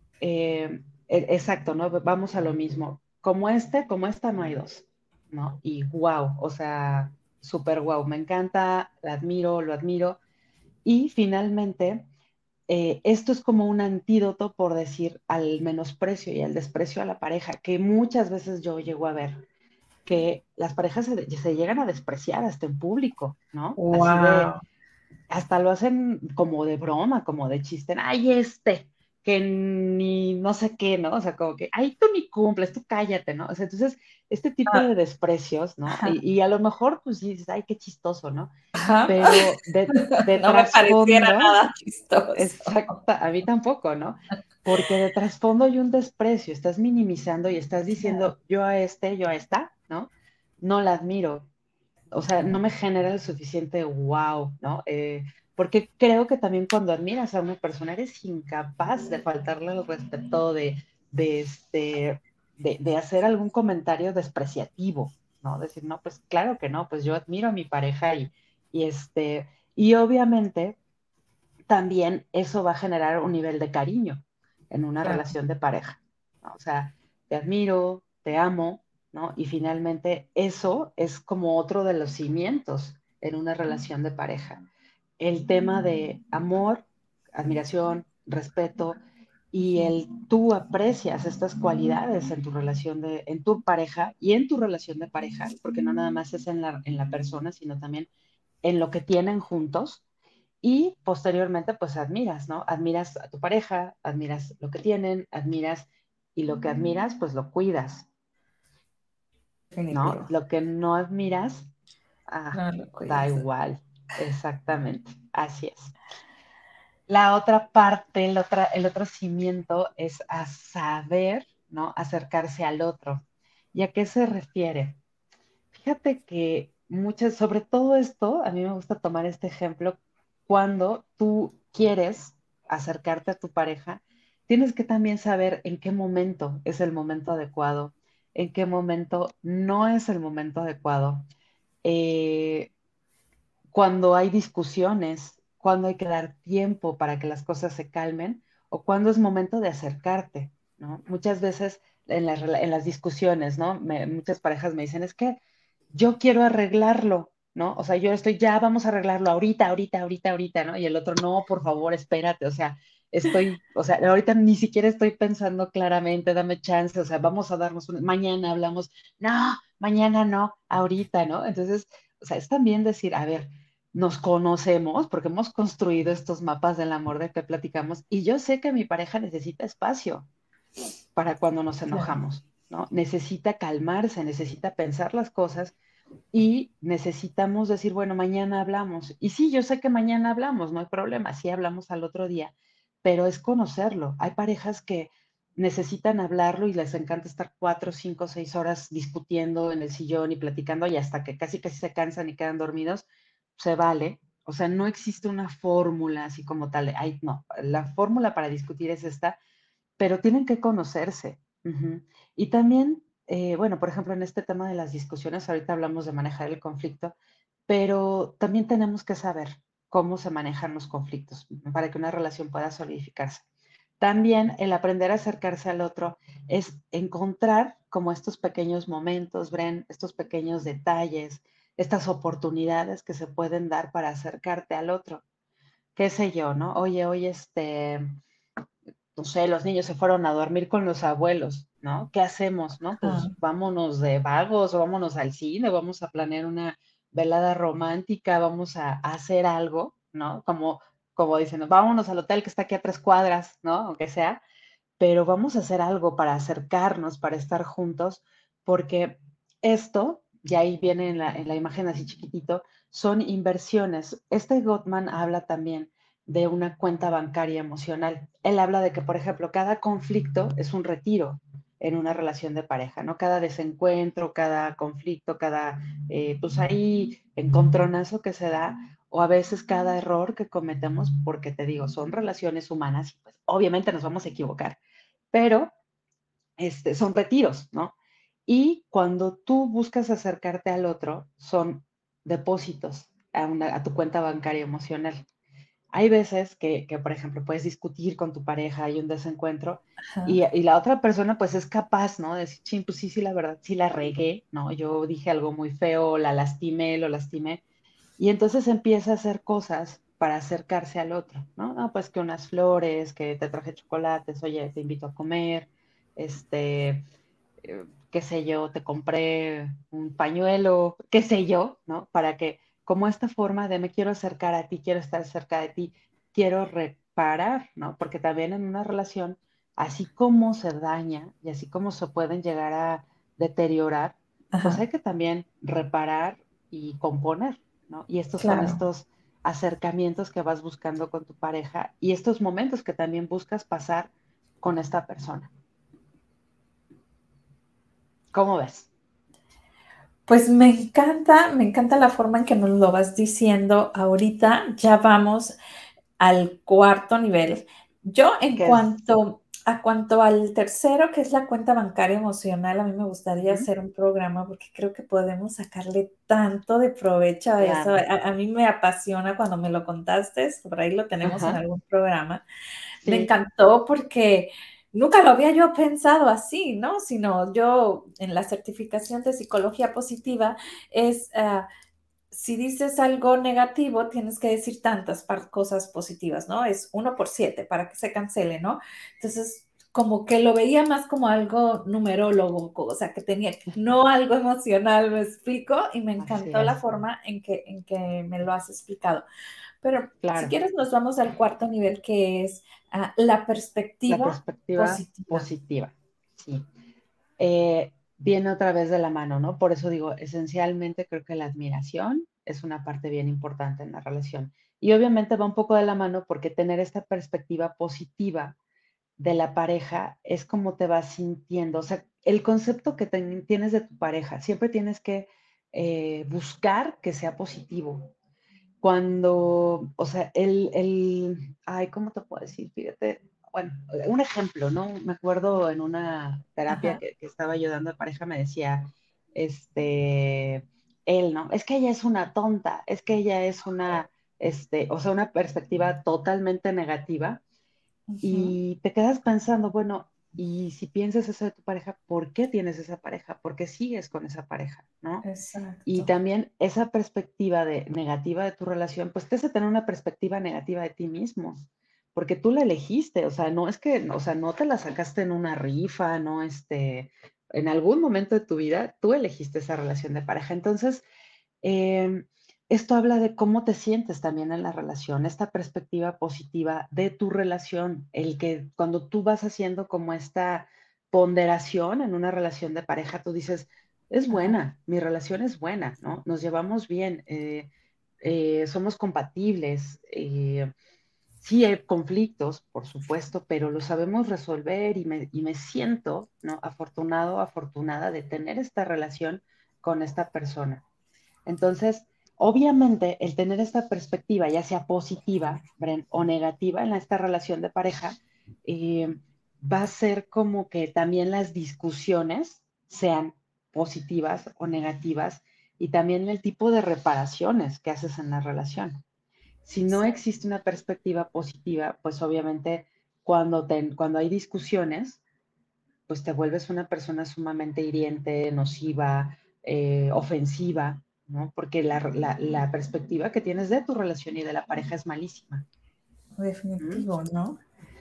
eh, e- exacto, ¿no? Vamos a lo mismo. Como este, como esta no hay dos, ¿no? Y wow, o sea, súper wow, me encanta, la admiro, lo admiro. Y finalmente, eh, esto es como un antídoto, por decir, al menosprecio y al desprecio a la pareja, que muchas veces yo llego a ver, que las parejas se, se llegan a despreciar hasta en público, ¿no? Así de, Wow. hasta lo hacen como de broma, como de chiste, ay, este, que ni no sé qué, ¿no? O sea, como que, ay, tú ni cumples, tú cállate, ¿no? O sea, entonces, este tipo Ah, de desprecios, ¿no? ajá, Y, y a lo mejor, pues sí, dices, ay, qué chistoso, ¿no? ajá. Pero de, de No me pareciera trasfondo, nada chistoso. exacto, a mí tampoco, ¿no? Porque de trasfondo hay un desprecio, estás minimizando y estás Claro, diciendo, yo a este, yo a esta, ¿no? No la admiro, o sea, no me genera el suficiente wow, ¿no? Eh, porque creo que también cuando admiras a una persona eres incapaz de faltarle el respeto, de, de, este, de, de hacer algún comentario despreciativo, ¿no? Decir, no, pues claro que no, pues yo admiro a mi pareja y, y este, y obviamente también eso va a generar un nivel de cariño en una claro. relación de pareja, ¿no? O sea, te admiro, te amo, ¿no? Y finalmente eso es como otro de los cimientos en una relación de pareja. El tema de amor, admiración, respeto y el tú aprecias estas cualidades en tu relación de, en tu pareja y en tu relación de pareja, porque no nada más es en la, en la persona, sino también en lo que tienen juntos y posteriormente, pues admiras, ¿no? Admiras a tu pareja, admiras lo que tienen, admiras y lo que admiras, pues lo cuidas, ¿no? Definitivo. Lo que no admiras, ah, No lo da cuidas. igual. Exactamente, así es. la otra parte, el, otra, el otro cimiento es a saber, ¿no? Acercarse al otro. ¿Y a qué se refiere? Fíjate que muchas, sobre todo esto, a mí me gusta tomar este ejemplo, cuando tú quieres acercarte a tu pareja, tienes que también saber en qué momento es el momento adecuado, en qué momento no es el momento adecuado. Eh, Cuando hay discusiones, cuando hay que dar tiempo para que las cosas se calmen o cuando es momento de acercarte, ¿no? Muchas veces en las, rela- en las discusiones, ¿no? Me- muchas parejas me dicen, es que yo quiero arreglarlo, ¿no? O sea, yo estoy, ya vamos a arreglarlo ahorita, ahorita, ahorita, ahorita, ¿no? Y el otro, no, por favor, espérate, o sea, estoy, o sea, ahorita ni siquiera estoy pensando claramente, dame chance, o sea, vamos a darnos un, mañana hablamos, no, mañana no, ahorita, ¿no? Entonces, o sea, es también decir, a ver, nos conocemos porque hemos construido estos mapas del amor de que platicamos y yo sé que mi pareja necesita espacio para cuando nos Claro. enojamos, ¿no? Necesita calmarse, necesita pensar las cosas y necesitamos decir, bueno, mañana hablamos. Y sí, yo sé que mañana hablamos, no hay problema, sí hablamos al otro día, pero es conocerlo. Hay parejas que necesitan hablarlo y les encanta estar cuatro, cinco, seis horas discutiendo en el sillón y platicando y hasta que casi casi se cansan y quedan dormidos, se vale. O sea, no existe una fórmula así como tal. Ay, no, la fórmula para discutir es esta, pero tienen que conocerse. Ujú. Y también, eh, bueno, por ejemplo, en este tema de las discusiones, ahorita hablamos de manejar el conflicto, pero también tenemos que saber cómo se manejan los conflictos para que una relación pueda solidificarse. También el aprender a acercarse al otro es encontrar como estos pequeños momentos, Bren, estos pequeños detalles, estas oportunidades que se pueden dar para acercarte al otro. ¿Qué sé yo, no? Oye, oye, este, no sé, los niños se fueron a dormir con los abuelos, ¿no? ¿Qué hacemos, no? Pues Ah, vámonos de vagos o vámonos al cine, vamos a planear una velada romántica, vamos a, a hacer algo, ¿no? Como, como dicen, vámonos al hotel que está aquí a tres cuadras, ¿no? Aunque sea, pero vamos a hacer algo para acercarnos, para estar juntos, porque esto, y ahí viene en la, en la imagen así chiquitito, son inversiones. Este Gottman habla también de una cuenta bancaria emocional. Él habla de que, por ejemplo, cada conflicto es un retiro en una relación de pareja, ¿no? Cada desencuentro, cada conflicto, cada, eh, pues ahí, encontronazo que se da, o a veces cada error que cometemos, porque te digo, son relaciones humanas, y pues obviamente nos vamos a equivocar, pero este, son retiros, ¿no? Y cuando tú buscas acercarte al otro, son depósitos a, una, a tu cuenta bancaria emocional. Hay veces que, que, por ejemplo, puedes discutir con tu pareja, hay un desencuentro, ajá. y, y la otra persona pues es capaz, ¿no? De decir, ching, pues sí, sí, la verdad, sí la regué, ¿no? Yo dije algo muy feo, la lastimé, lo lastimé, y entonces empieza a hacer cosas para acercarse al otro, ¿no? No, pues que unas flores, que te traje chocolates, oye, te invito a comer, este, eh, qué sé yo, te compré un pañuelo, qué sé yo, ¿no? Para que, como esta forma de me quiero acercar a ti, quiero estar cerca de ti, quiero reparar, ¿no? Porque también en una relación, así como se daña y así como se pueden llegar a deteriorar, pues hay Ajá, que también reparar y componer, ¿no? Y estos son claro. estos acercamientos que vas buscando con tu pareja y estos momentos que también buscas pasar con esta persona. ¿Cómo ves? Pues me encanta, me encanta la forma en que nos lo vas diciendo ahorita. Ya vamos al cuarto nivel. Yo en Que es, cuanto a cuanto al tercero, que es la cuenta bancaria emocional, a mí me gustaría ujú, hacer un programa porque creo que podemos sacarle tanto de provecho a eso. A, claro, a mí me apasiona cuando me lo contaste, por ahí lo tenemos en ajá, algún programa. Me sí, encantó porque nunca lo había yo pensado así, ¿no? Sino yo en la certificación de psicología positiva es, uh, si dices algo negativo, tienes que decir tantas cosas positivas, ¿no? Es uno por siete para que se cancele, ¿no? Entonces, como que lo veía más como algo numerólogo, o sea, que tenía, no algo emocional, me explico, y me así encantó la es, forma en que, en que me lo has explicado. Pero si claro, quieres, nos vamos al cuarto nivel, que es uh, la la perspectiva perspectiva positiva. positiva, sí, eh, viene otra vez de la mano, ¿no? Por eso digo, esencialmente creo que la admiración es una parte bien importante en la relación Y obviamente va un poco de la mano porque tener esta perspectiva positiva de la pareja es como te vas sintiendo. O sea, el concepto que ten- tienes de tu pareja, siempre tienes que eh, buscar que sea positivo. Cuando, o sea, el, el, ay, ¿cómo te puedo decir? Fíjate, bueno, un ejemplo, ¿no? Me acuerdo en una terapia Ajá, que, que estaba yo dando de pareja, me decía, este, él, ¿no? Es que ella es una tonta, es que ella es una, este, o sea, una perspectiva totalmente negativa ujú, y te quedas pensando, bueno, y si piensas eso de tu pareja, ¿por qué tienes esa pareja? ¿Por qué sigues con esa pareja? ¿No? Y exacto. también esa perspectiva de negativa de tu relación, pues te hace tener una perspectiva negativa de ti mismo, porque tú la elegiste, o sea, no es que, o sea, no te la sacaste en una rifa, no, este, en algún momento de tu vida tú elegiste esa relación de pareja. Entonces, eh, esto habla de cómo te sientes también en la relación, esta perspectiva positiva de tu relación, el que cuando tú vas haciendo como esta ponderación en una relación de pareja, tú dices, es Ajá, buena, mi relación es buena, ¿no? Nos llevamos bien, eh, eh, somos compatibles, eh, sí hay conflictos, por supuesto, pero lo sabemos resolver y me, y me siento, ¿no? Afortunado, afortunada de tener esta relación con esta persona. Entonces, obviamente, el tener esta perspectiva, ya sea positiva, Bren, o negativa en esta relación de pareja, eh, va a ser como que también las discusiones sean positivas o negativas y también el tipo de reparaciones que haces en la relación. Si no exacto. existe una perspectiva positiva, pues obviamente cuando, te, cuando hay discusiones, pues te vuelves una persona sumamente hiriente, nociva, eh, ofensiva, ¿no? Porque la, la, la, perspectiva que tienes de tu relación y de la pareja es malísima. ¿Mm? Definitivo, ¿no?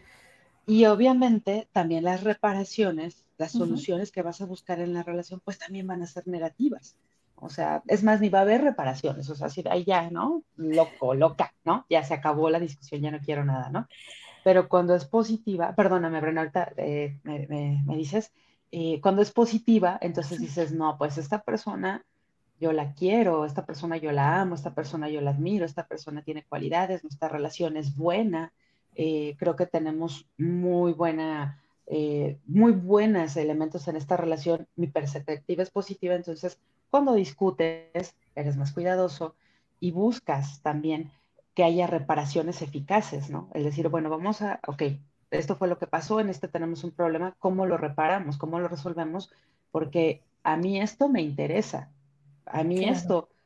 Y obviamente también las reparaciones, las Ujú. soluciones que vas a buscar en la relación, pues también van a ser negativas. O sea, es más, ni va a haber reparaciones. O sea, si ahí ya, ¿no? Loco, loca, ¿no? Ya se acabó la discusión, ya no quiero nada, ¿no? Pero cuando es positiva, perdóname, Breno, ahorita eh, me, me, me, dices, eh, cuando es positiva, entonces dices, no, pues esta persona yo la quiero, esta persona yo la amo, esta persona yo la admiro, esta persona tiene cualidades, nuestra relación es buena, eh, creo que tenemos muy buena, eh, muy buenos elementos en esta relación, mi perspectiva es positiva, entonces cuando discutes, eres más cuidadoso y buscas también que haya reparaciones eficaces, ¿no? Es decir, bueno, vamos a, ok, esto fue lo que pasó, en este tenemos un problema, ¿cómo lo reparamos? ¿Cómo lo resolvemos? Porque a mí esto me interesa, a mí Claro. esto,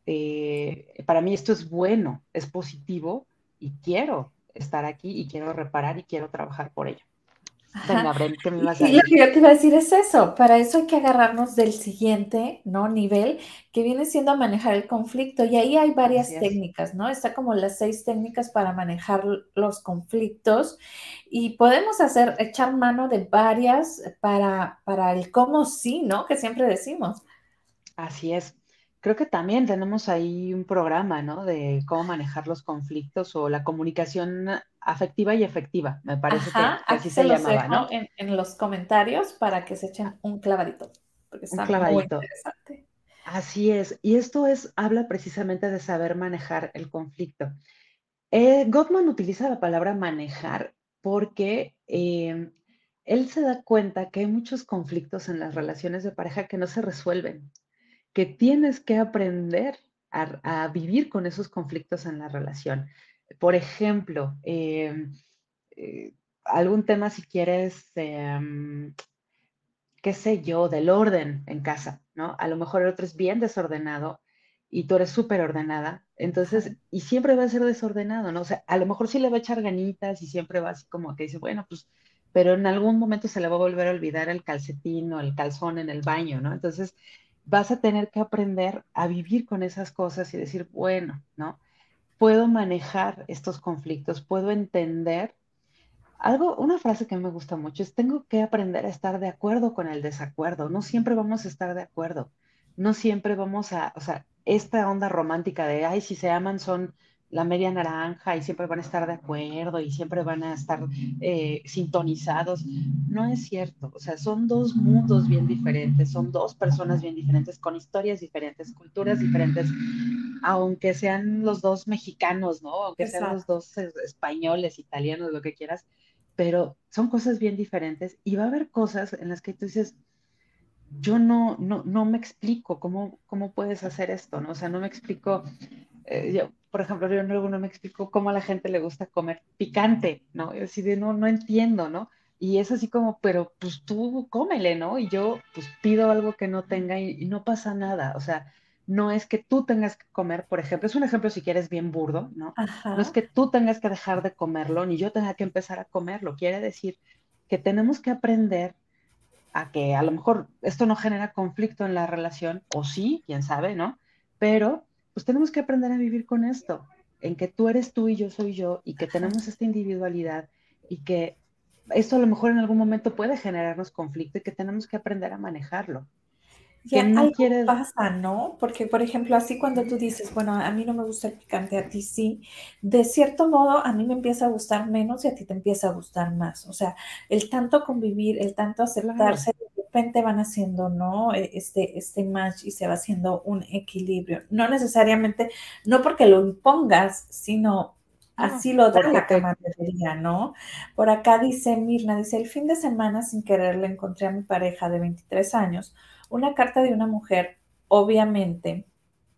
eh, para mí esto es bueno, es positivo y quiero estar aquí y quiero reparar y quiero trabajar por ello. Ajá. Venga, Bren, ¿qué me Y, vas a y lo decir? que yo te iba a decir es eso, para eso hay que agarrarnos del siguiente, ¿no? Nivel, que viene siendo manejar el conflicto. Y ahí hay Así varias es. técnicas, ¿no? Está como las seis técnicas para manejar los conflictos y podemos hacer, echar mano de varias para, para el cómo sí, ¿no? Que siempre decimos. Así es. Creo que también tenemos ahí un programa, ¿no? De cómo manejar los conflictos o la comunicación afectiva y efectiva. Me parece que, Ajá, que aquí así se se los llamaba, dejo ¿no? en, en los comentarios para que se echen un clavadito, porque Un está muy clavadito. interesante. Así es. Y esto es, habla precisamente de saber manejar el conflicto. Eh, Gottman utiliza la palabra manejar porque eh, él se da cuenta que hay muchos conflictos en las relaciones de pareja que no se resuelven, que tienes que aprender a, a vivir con esos conflictos en la relación. Por ejemplo, eh, eh, algún tema si quieres, eh, qué sé yo, del orden en casa, ¿no? A lo mejor el otro es bien desordenado y tú eres súper ordenada, Ajá, entonces, y siempre va a ser desordenado, ¿no? O sea, a lo mejor sí le va a echar ganitas y siempre va así como que dice, bueno, pues, pero en algún momento se le va a volver a olvidar el calcetín o el calzón en el baño, ¿no? Entonces, vas a tener que aprender a vivir con esas cosas y decir, bueno, ¿no? Puedo manejar estos conflictos, puedo entender algo, una frase que me gusta mucho es, tengo que aprender a estar de acuerdo con el desacuerdo. No siempre vamos a estar de acuerdo. No siempre vamos a, o sea, esta onda romántica de, ay, si se aman son la media naranja y siempre van a estar de acuerdo y siempre van a estar eh, sintonizados. No es cierto. O sea, son dos mundos bien diferentes, son dos personas bien diferentes, con historias diferentes, culturas diferentes, aunque sean los dos mexicanos, ¿no? Aunque sean los Exacto. dos es- españoles, italianos, lo que quieras, pero son cosas bien diferentes y va a haber cosas en las que tú dices, yo no, no, no me explico cómo, cómo puedes hacer esto, ¿no? O sea, no me explico, eh, yo, por ejemplo, yo luego no me explico cómo a la gente le gusta comer picante, ¿no? Y así de, no, no entiendo, ¿no? Y es así como, pero pues tú cómele, ¿no? Y yo pues pido algo que no tenga y, y no pasa nada, o sea, no es que tú tengas que comer, por ejemplo, es un ejemplo si quieres bien burdo, ¿no? No es Ajá. que tú tengas que dejar de comerlo, ni yo tenga que empezar a comerlo, quiere decir que tenemos que aprender a que a lo mejor esto no genera conflicto en la relación, o sí, quién sabe, ¿no? Pero pues tenemos que aprender a vivir con esto, en que tú eres tú y yo soy yo, y que Ajá. tenemos esta individualidad, y que esto a lo mejor en algún momento puede generarnos conflicto y que tenemos que aprender a manejarlo. Que Ya no algo quiere... pasa, ¿no? Porque, por ejemplo, así cuando tú dices, bueno, a mí no me gusta el picante, a ti sí, de cierto modo a mí me empieza a gustar menos y a ti te empieza a gustar más. O sea, el tanto convivir, el tanto Claro, aceptarse, de repente van haciendo, ¿no? E- Este, este match y se va haciendo un equilibrio. No necesariamente, no porque lo impongas, sino no, así lo da porque la te... camaradería, ¿no? Por acá dice Mirna, dice, el fin de semana sin querer le encontré a mi pareja de veintitrés años una carta de una mujer, obviamente,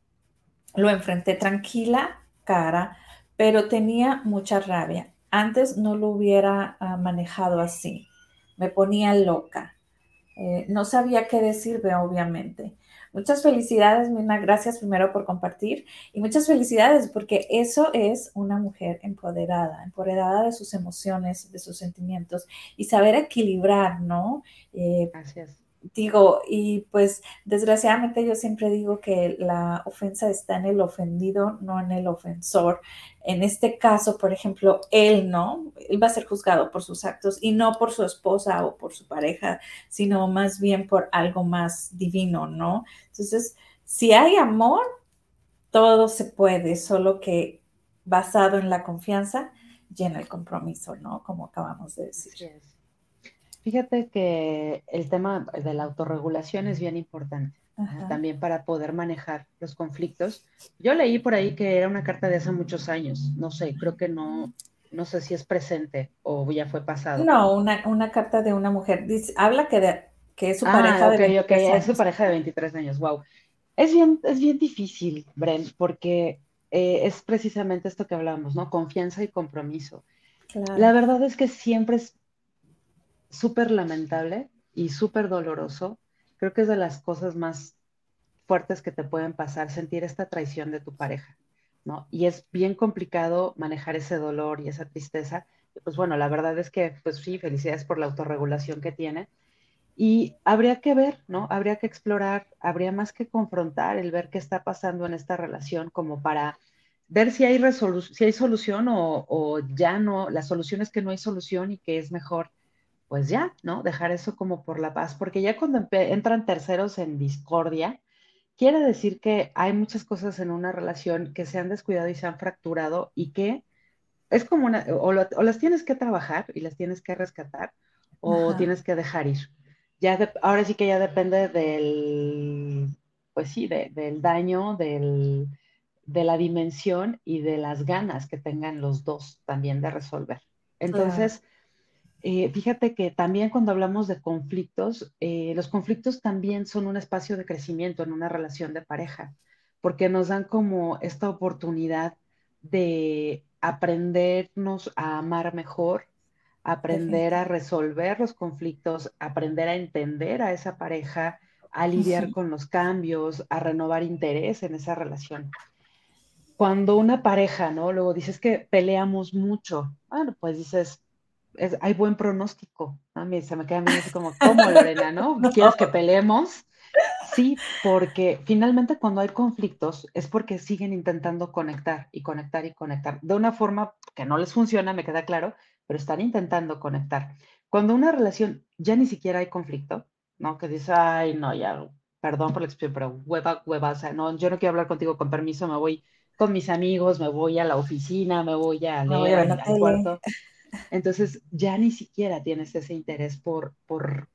lo enfrenté tranquila, cara, pero tenía mucha rabia. Antes no lo hubiera uh, manejado así. Me ponía loca. Eh, no sabía qué decirme, obviamente. Muchas felicidades, Mina. Gracias primero por compartir y muchas felicidades porque eso es una mujer empoderada, empoderada de sus emociones, de sus sentimientos y saber equilibrar, ¿no? Eh, Gracias. Digo, y pues desgraciadamente yo siempre digo que la ofensa está en el ofendido, no en el ofensor. En este caso, por ejemplo, él, ¿no? Él va a ser juzgado por sus actos y no por su esposa o por su pareja, sino más bien por algo más divino, ¿no? Entonces, si hay amor, todo se puede, solo que basado en la confianza y en el compromiso, ¿no? Como acabamos de decir. Así es. Fíjate que el tema de la autorregulación es bien importante, ¿no? Ajá. También para poder manejar los conflictos. Yo leí por ahí que era una carta de hace muchos años, no sé, creo que no, no sé si es presente o ya fue pasado. No, una, una carta de una mujer. Dice, habla que, de, que es su Ah, pareja de ok, ok, veintitrés es su años. pareja de veintitrés años, wow. Es bien, es bien difícil, Bren, porque eh, es precisamente esto que hablábamos, ¿no? Confianza y compromiso. La Claro. verdad es que siempre es súper lamentable y súper doloroso. Creo que es de las cosas más fuertes que te pueden pasar, sentir esta traición de tu pareja, ¿no? Y es bien complicado manejar ese dolor y esa tristeza. Y pues bueno, la verdad es que, pues sí, felicidades por la autorregulación que tiene. Y habría que ver, ¿no? Habría que explorar, habría más que confrontar el ver qué está pasando en esta relación como para ver si hay, resolu si hay solución o, o ya no, la solución es que no hay solución y que es mejor pues ya, ¿no? Dejar eso como por la paz, porque ya cuando empe- entran terceros en discordia, quiere decir que hay muchas cosas en una relación que se han descuidado y se han fracturado y que es como una, o, lo- o las tienes que trabajar y las tienes que rescatar o Ajá. tienes que dejar ir. Ya de- ahora sí que ya depende del, pues sí, de- del daño, del, de la dimensión y de las ganas que tengan los dos también de resolver. Claro. Entonces, eh, fíjate que también cuando hablamos de conflictos, eh, los conflictos también son un espacio de crecimiento en una relación de pareja, porque nos dan como esta oportunidad de aprendernos a amar mejor, aprender a Definitivamente. resolver los conflictos, aprender a entender a esa pareja, a lidiar Ujú. con los cambios, a renovar interés en esa relación. Cuando una pareja, ¿no? Luego dices que peleamos mucho. Bueno, pues dices, es- hay buen pronóstico. ¿No? Me- se me quedan viendo así como, ¿cómo, Lorena, no? ¿Quieres que No. peleemos? Sí, porque finalmente cuando hay conflictos es porque siguen intentando conectar y conectar y conectar. De una forma que no les funciona, me queda claro, pero están intentando conectar. Cuando una relación ya ni siquiera hay conflicto, ¿no? Que dice, ay, no, ya, perdón por la expresión, pero hueva, hueva, o sea, no, yo no quiero hablar contigo con permiso, me voy con mis amigos, me voy a la oficina, me voy a Me voy leer a ver al, la al tele. cuarto. Entonces ya ni siquiera tienes ese interés por, por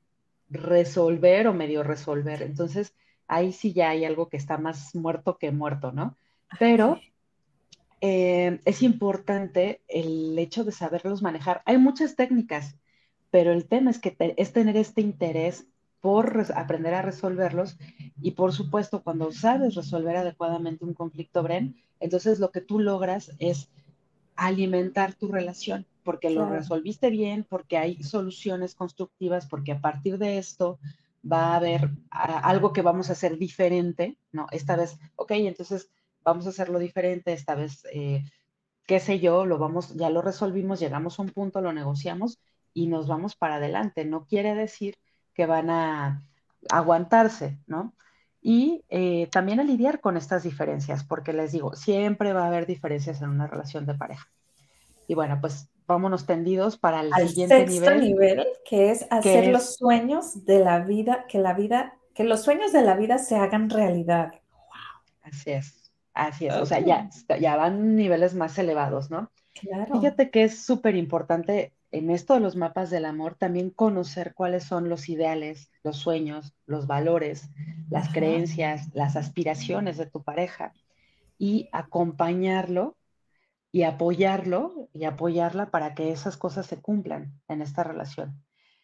resolver o medio resolver. Entonces ahí sí ya hay algo que está más muerto que muerto, ¿no? pero eh, es importante el hecho de saberlos manejar. Hay muchas técnicas, pero el tema es que te, es tener este interés por res, aprender a resolverlos y por supuesto cuando sabes resolver adecuadamente un conflicto, Bren, entonces lo que tú logras es alimentar tu relación, porque lo Claro, resolviste bien, porque hay soluciones constructivas, porque a partir de esto va a haber a, algo que vamos a hacer diferente, ¿no? Esta vez, ok, entonces vamos a hacerlo diferente, esta vez, eh, qué sé yo, lo vamos, ya lo resolvimos, llegamos a un punto, lo negociamos y nos vamos para adelante. No quiere decir que van a aguantarse, ¿no? Y eh, también a lidiar con estas diferencias, porque les digo, siempre va a haber diferencias en una relación de pareja. Y bueno, pues vámonos tendidos para el al siguiente sexto nivel, nivel, que es hacer que los es, sueños de la vida, que la vida, que los sueños de la vida se hagan realidad. así es, así es, o sea, Oh, ya, ya van niveles más elevados, ¿no? claro. Fíjate que es súper importante en esto de los mapas del amor también conocer cuáles son los ideales, los sueños, los valores, las Ajá, creencias, las aspiraciones de tu pareja y acompañarlo y apoyarlo y apoyarla para que esas cosas se cumplan en esta relación.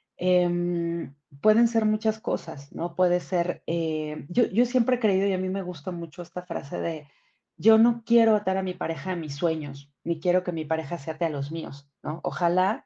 Eh, pueden ser muchas cosas, ¿no? Puede ser, eh, yo, yo siempre he creído y a mí me gusta mucho esta frase de, yo no quiero atar a mi pareja a mis sueños, ni quiero que mi pareja se ate a los míos, ¿no? Ojalá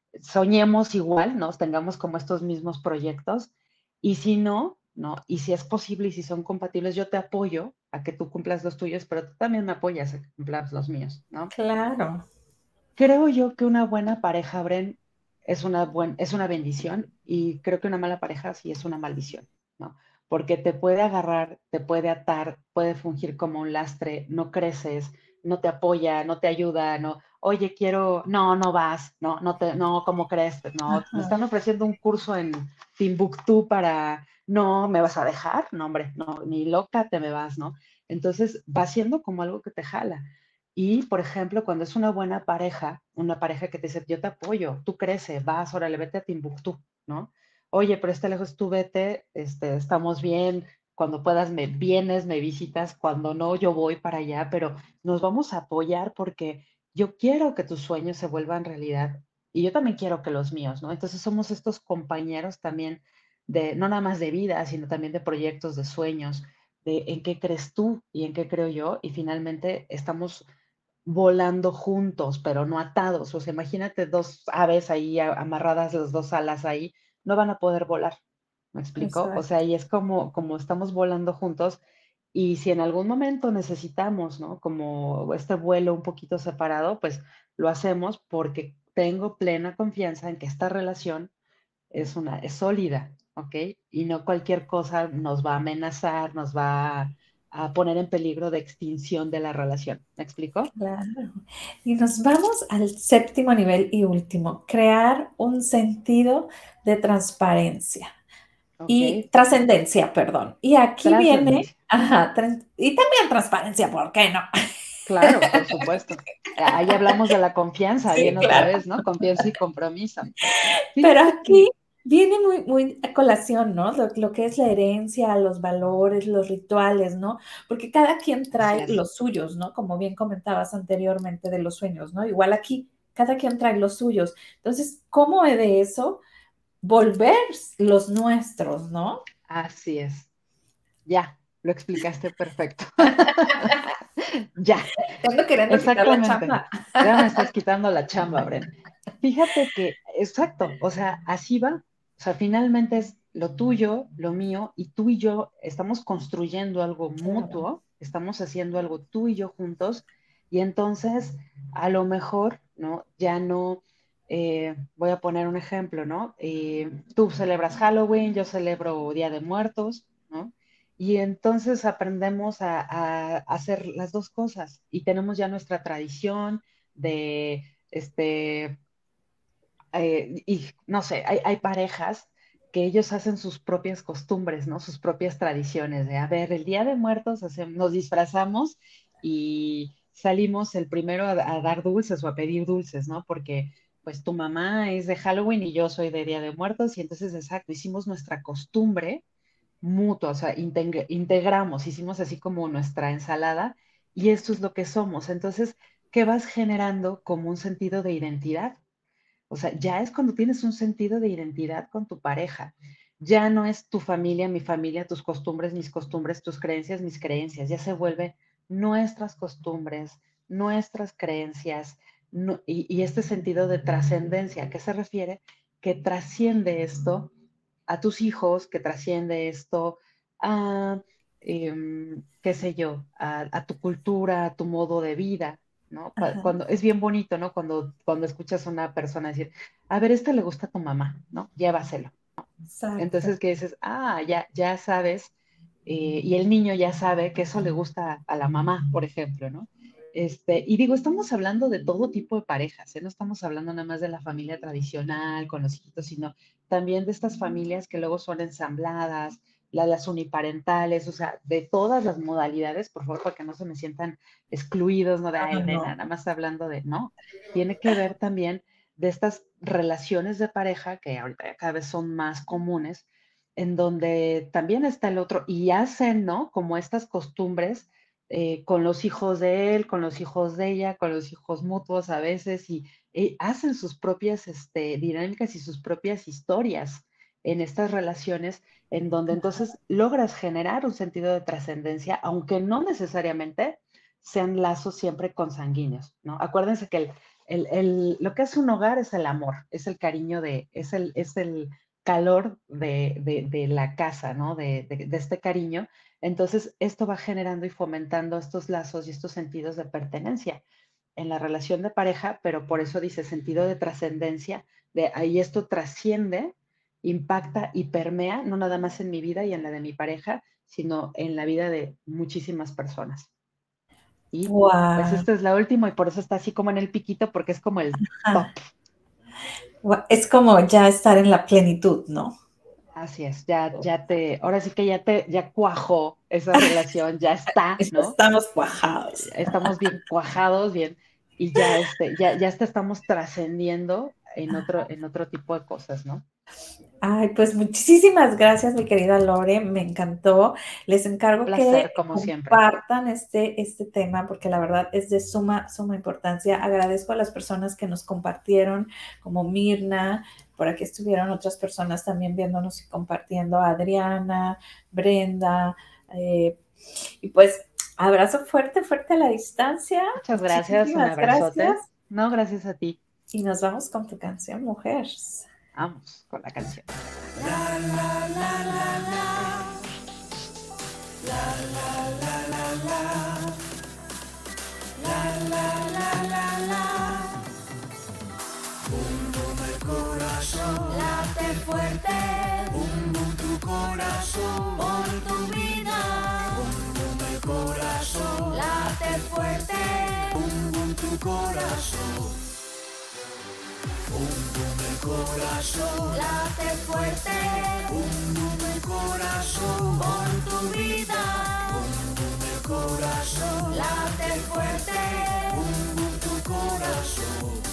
soñemos igual, ¿no? Tengamos como estos mismos proyectos y si no, ¿no? Y si es posible y si son compatibles, yo te apoyo a que tú cumplas los tuyos, pero tú también me apoyas a que cumplas los míos, ¿no? claro. Creo yo que una buena pareja, Bren, es una, buen, es una bendición y creo que una mala pareja sí es una maldición, ¿no? Porque te puede agarrar, te puede atar, puede fungir como un lastre, no creces, no te apoya, no te ayuda, no, oye, quiero, no, no vas, no, no te, no, ¿cómo crees? No, me Ajá, están ofreciendo un curso en Timbuktu para, no, ¿me vas a dejar? No, hombre, no, ni loca te me vas, ¿no? Entonces va siendo como algo que te jala. Y, por ejemplo, cuando es una buena pareja, una pareja que te dice, yo te apoyo, tú creces, vas, órale, vete a Timbuktu, ¿no? Oye, pero está lejos, tú vete, este, estamos bien, cuando puedas me vienes, me visitas, cuando no, yo voy para allá, pero nos vamos a apoyar porque yo quiero que tus sueños se vuelvan realidad y yo también quiero que los míos, ¿no? Entonces somos estos compañeros también de, no nada más de vida, sino también de proyectos, de sueños, de en qué crees tú y en qué creo yo, y finalmente estamos volando juntos, pero no atados. O sea, imagínate dos aves ahí amarradas, las dos alas ahí, no van a poder volar. ¿Me explico? O sea, exacto. y es como, como estamos volando juntos y si en algún momento necesitamos, ¿no? Como este vuelo un poquito separado, pues lo hacemos porque tengo plena confianza en que esta relación es una, es sólida, ¿ok? Y no cualquier cosa nos va a amenazar, nos va a, a poner en peligro de extinción de la relación. ¿Me explico? Claro. Y nos vamos al séptimo nivel y último, crear un sentido de transparencia Ok, y trascendencia, perdón. Y aquí viene, trascendencia. ajá, tran- y también transparencia, ¿por qué no? Claro, por supuesto. Ahí hablamos de la confianza, Sí, viene otra claro. vez, ¿no? Confianza y compromiso. Pero Fíjate aquí que, viene muy, muy a colación, ¿no? Lo, lo que es la herencia, los valores, los rituales, ¿no? Porque cada quien así trae es, los suyos, ¿no? Como bien comentabas anteriormente de los sueños, ¿no? Igual aquí, cada quien trae los suyos. Entonces, ¿cómo he de eso volver los nuestros, ¿no? así es. Ya, lo explicaste perfecto. Ya, Te ando queriendo quitar la exactamente. chamba. Ya me estás quitando la chamba, Bren. Fíjate que, exacto, o sea, así va. O sea, finalmente es lo tuyo, lo mío, y tú y yo estamos construyendo algo Claro, mutuo, estamos haciendo algo tú y yo juntos, y entonces a lo mejor, ¿no? Ya no, eh, voy a poner un ejemplo, ¿no? Eh, tú celebras Halloween, yo celebro Día de Muertos, ¿no? Y entonces aprendemos a, a hacer las dos cosas y tenemos ya nuestra tradición de, este, eh, y no sé, hay, hay parejas que ellos hacen sus propias costumbres, ¿no? Sus propias tradiciones de, a ver, el Día de Muertos hacemos, nos disfrazamos y salimos el primero a, a dar dulces o a pedir dulces, ¿no? Porque pues tu mamá es de Halloween y yo soy de Día de Muertos y entonces, exacto, hicimos nuestra costumbre mutua, o sea, integr- integramos, hicimos así como nuestra ensalada y esto es lo que somos. Entonces, ¿qué vas generando como un sentido de identidad? O sea, ya es cuando tienes un sentido de identidad con tu pareja. Ya no es tu familia, mi familia, tus costumbres, mis costumbres, tus creencias, mis creencias. Ya se vuelve nuestras costumbres, nuestras creencias no- y, y este sentido de trascendencia. ¿A qué se refiere? Que trasciende esto a tus hijos, que trasciende esto a, em, qué sé yo, a, a tu cultura, a tu modo de vida, ¿no? Cua- Ajá, Cuando, es bien bonito, ¿no? Cuando, cuando escuchas a una persona decir, a ver, este le gusta a tu mamá, ¿no? Llévaselo. exacto. Entonces, que dices, ah, ya, ya sabes, eh, y el niño ya sabe que eso le gusta a la mamá, por ejemplo, ¿no? Este, y digo, estamos hablando de todo tipo de parejas, ¿eh? No estamos hablando nada más de la familia tradicional con los hijitos, sino también de estas familias que luego son ensambladas, la- las uniparentales, o sea, de todas las modalidades, por favor, para que no se me sientan excluidos, ¿no? De, Ah, ay, Brenda, no. nada más hablando de, no, tiene que ver también de estas relaciones de pareja que ahorita ya cada vez son más comunes, en donde también está el otro y hacen, ¿no? Como estas costumbres eh, con los hijos de él, con los hijos de ella, con los hijos mutuos a veces y, y hacen sus propias este, dinámicas y sus propias historias en estas relaciones en donde entonces logras generar un sentido de trascendencia, aunque no necesariamente sean lazos siempre consanguíneos, ¿no? Acuérdense que el, el, el, lo que es un hogar es el amor, es el cariño de, es el, es el calor de, de, de la casa, ¿no? De, de, de este cariño. Entonces, esto va generando y fomentando estos lazos y estos sentidos de pertenencia en la relación de pareja, pero por eso dice sentido de trascendencia, de ahí esto trasciende, impacta y permea, no nada más en mi vida y en la de mi pareja, sino en la vida de muchísimas personas. Y pues Wow. esta es la última y por eso está así como en el piquito, porque es como el top. Es como ya estar en la plenitud, ¿no? Así es, ya, ya te, ahora sí que ya te, ya cuajó esa relación, ya está, ¿no? Estamos cuajados. Estamos bien cuajados, bien, y ya este, ya, ya hasta estamos trascendiendo en otro, en otro tipo de cosas, ¿no? Ay, pues muchísimas gracias, mi querida Lore, me encantó. Les Un encargo que placer, como siempre. compartan este, este tema porque la verdad es de suma, suma importancia. Agradezco a las personas que nos compartieron, como Mirna, por aquí estuvieron otras personas también viéndonos y compartiendo, Adriana, Brenda, eh, y pues abrazo fuerte, fuerte a la distancia. Muchas gracias, un Muchísimas gracias abrazote. No, gracias a ti. y nos vamos con tu canción, Mujeres. Vamos con la canción. Late fuerte, bum bum tu corazón, por tu vida, bum bum el corazón, late fuerte, bum bum tu corazón, bum bum el corazón, late fuerte, bum bum el corazón, por tu vida, bum bum el corazón, late fuerte, bum bum tu corazón.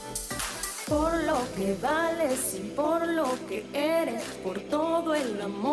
Por lo que vales y por lo que eres, por todo el amor.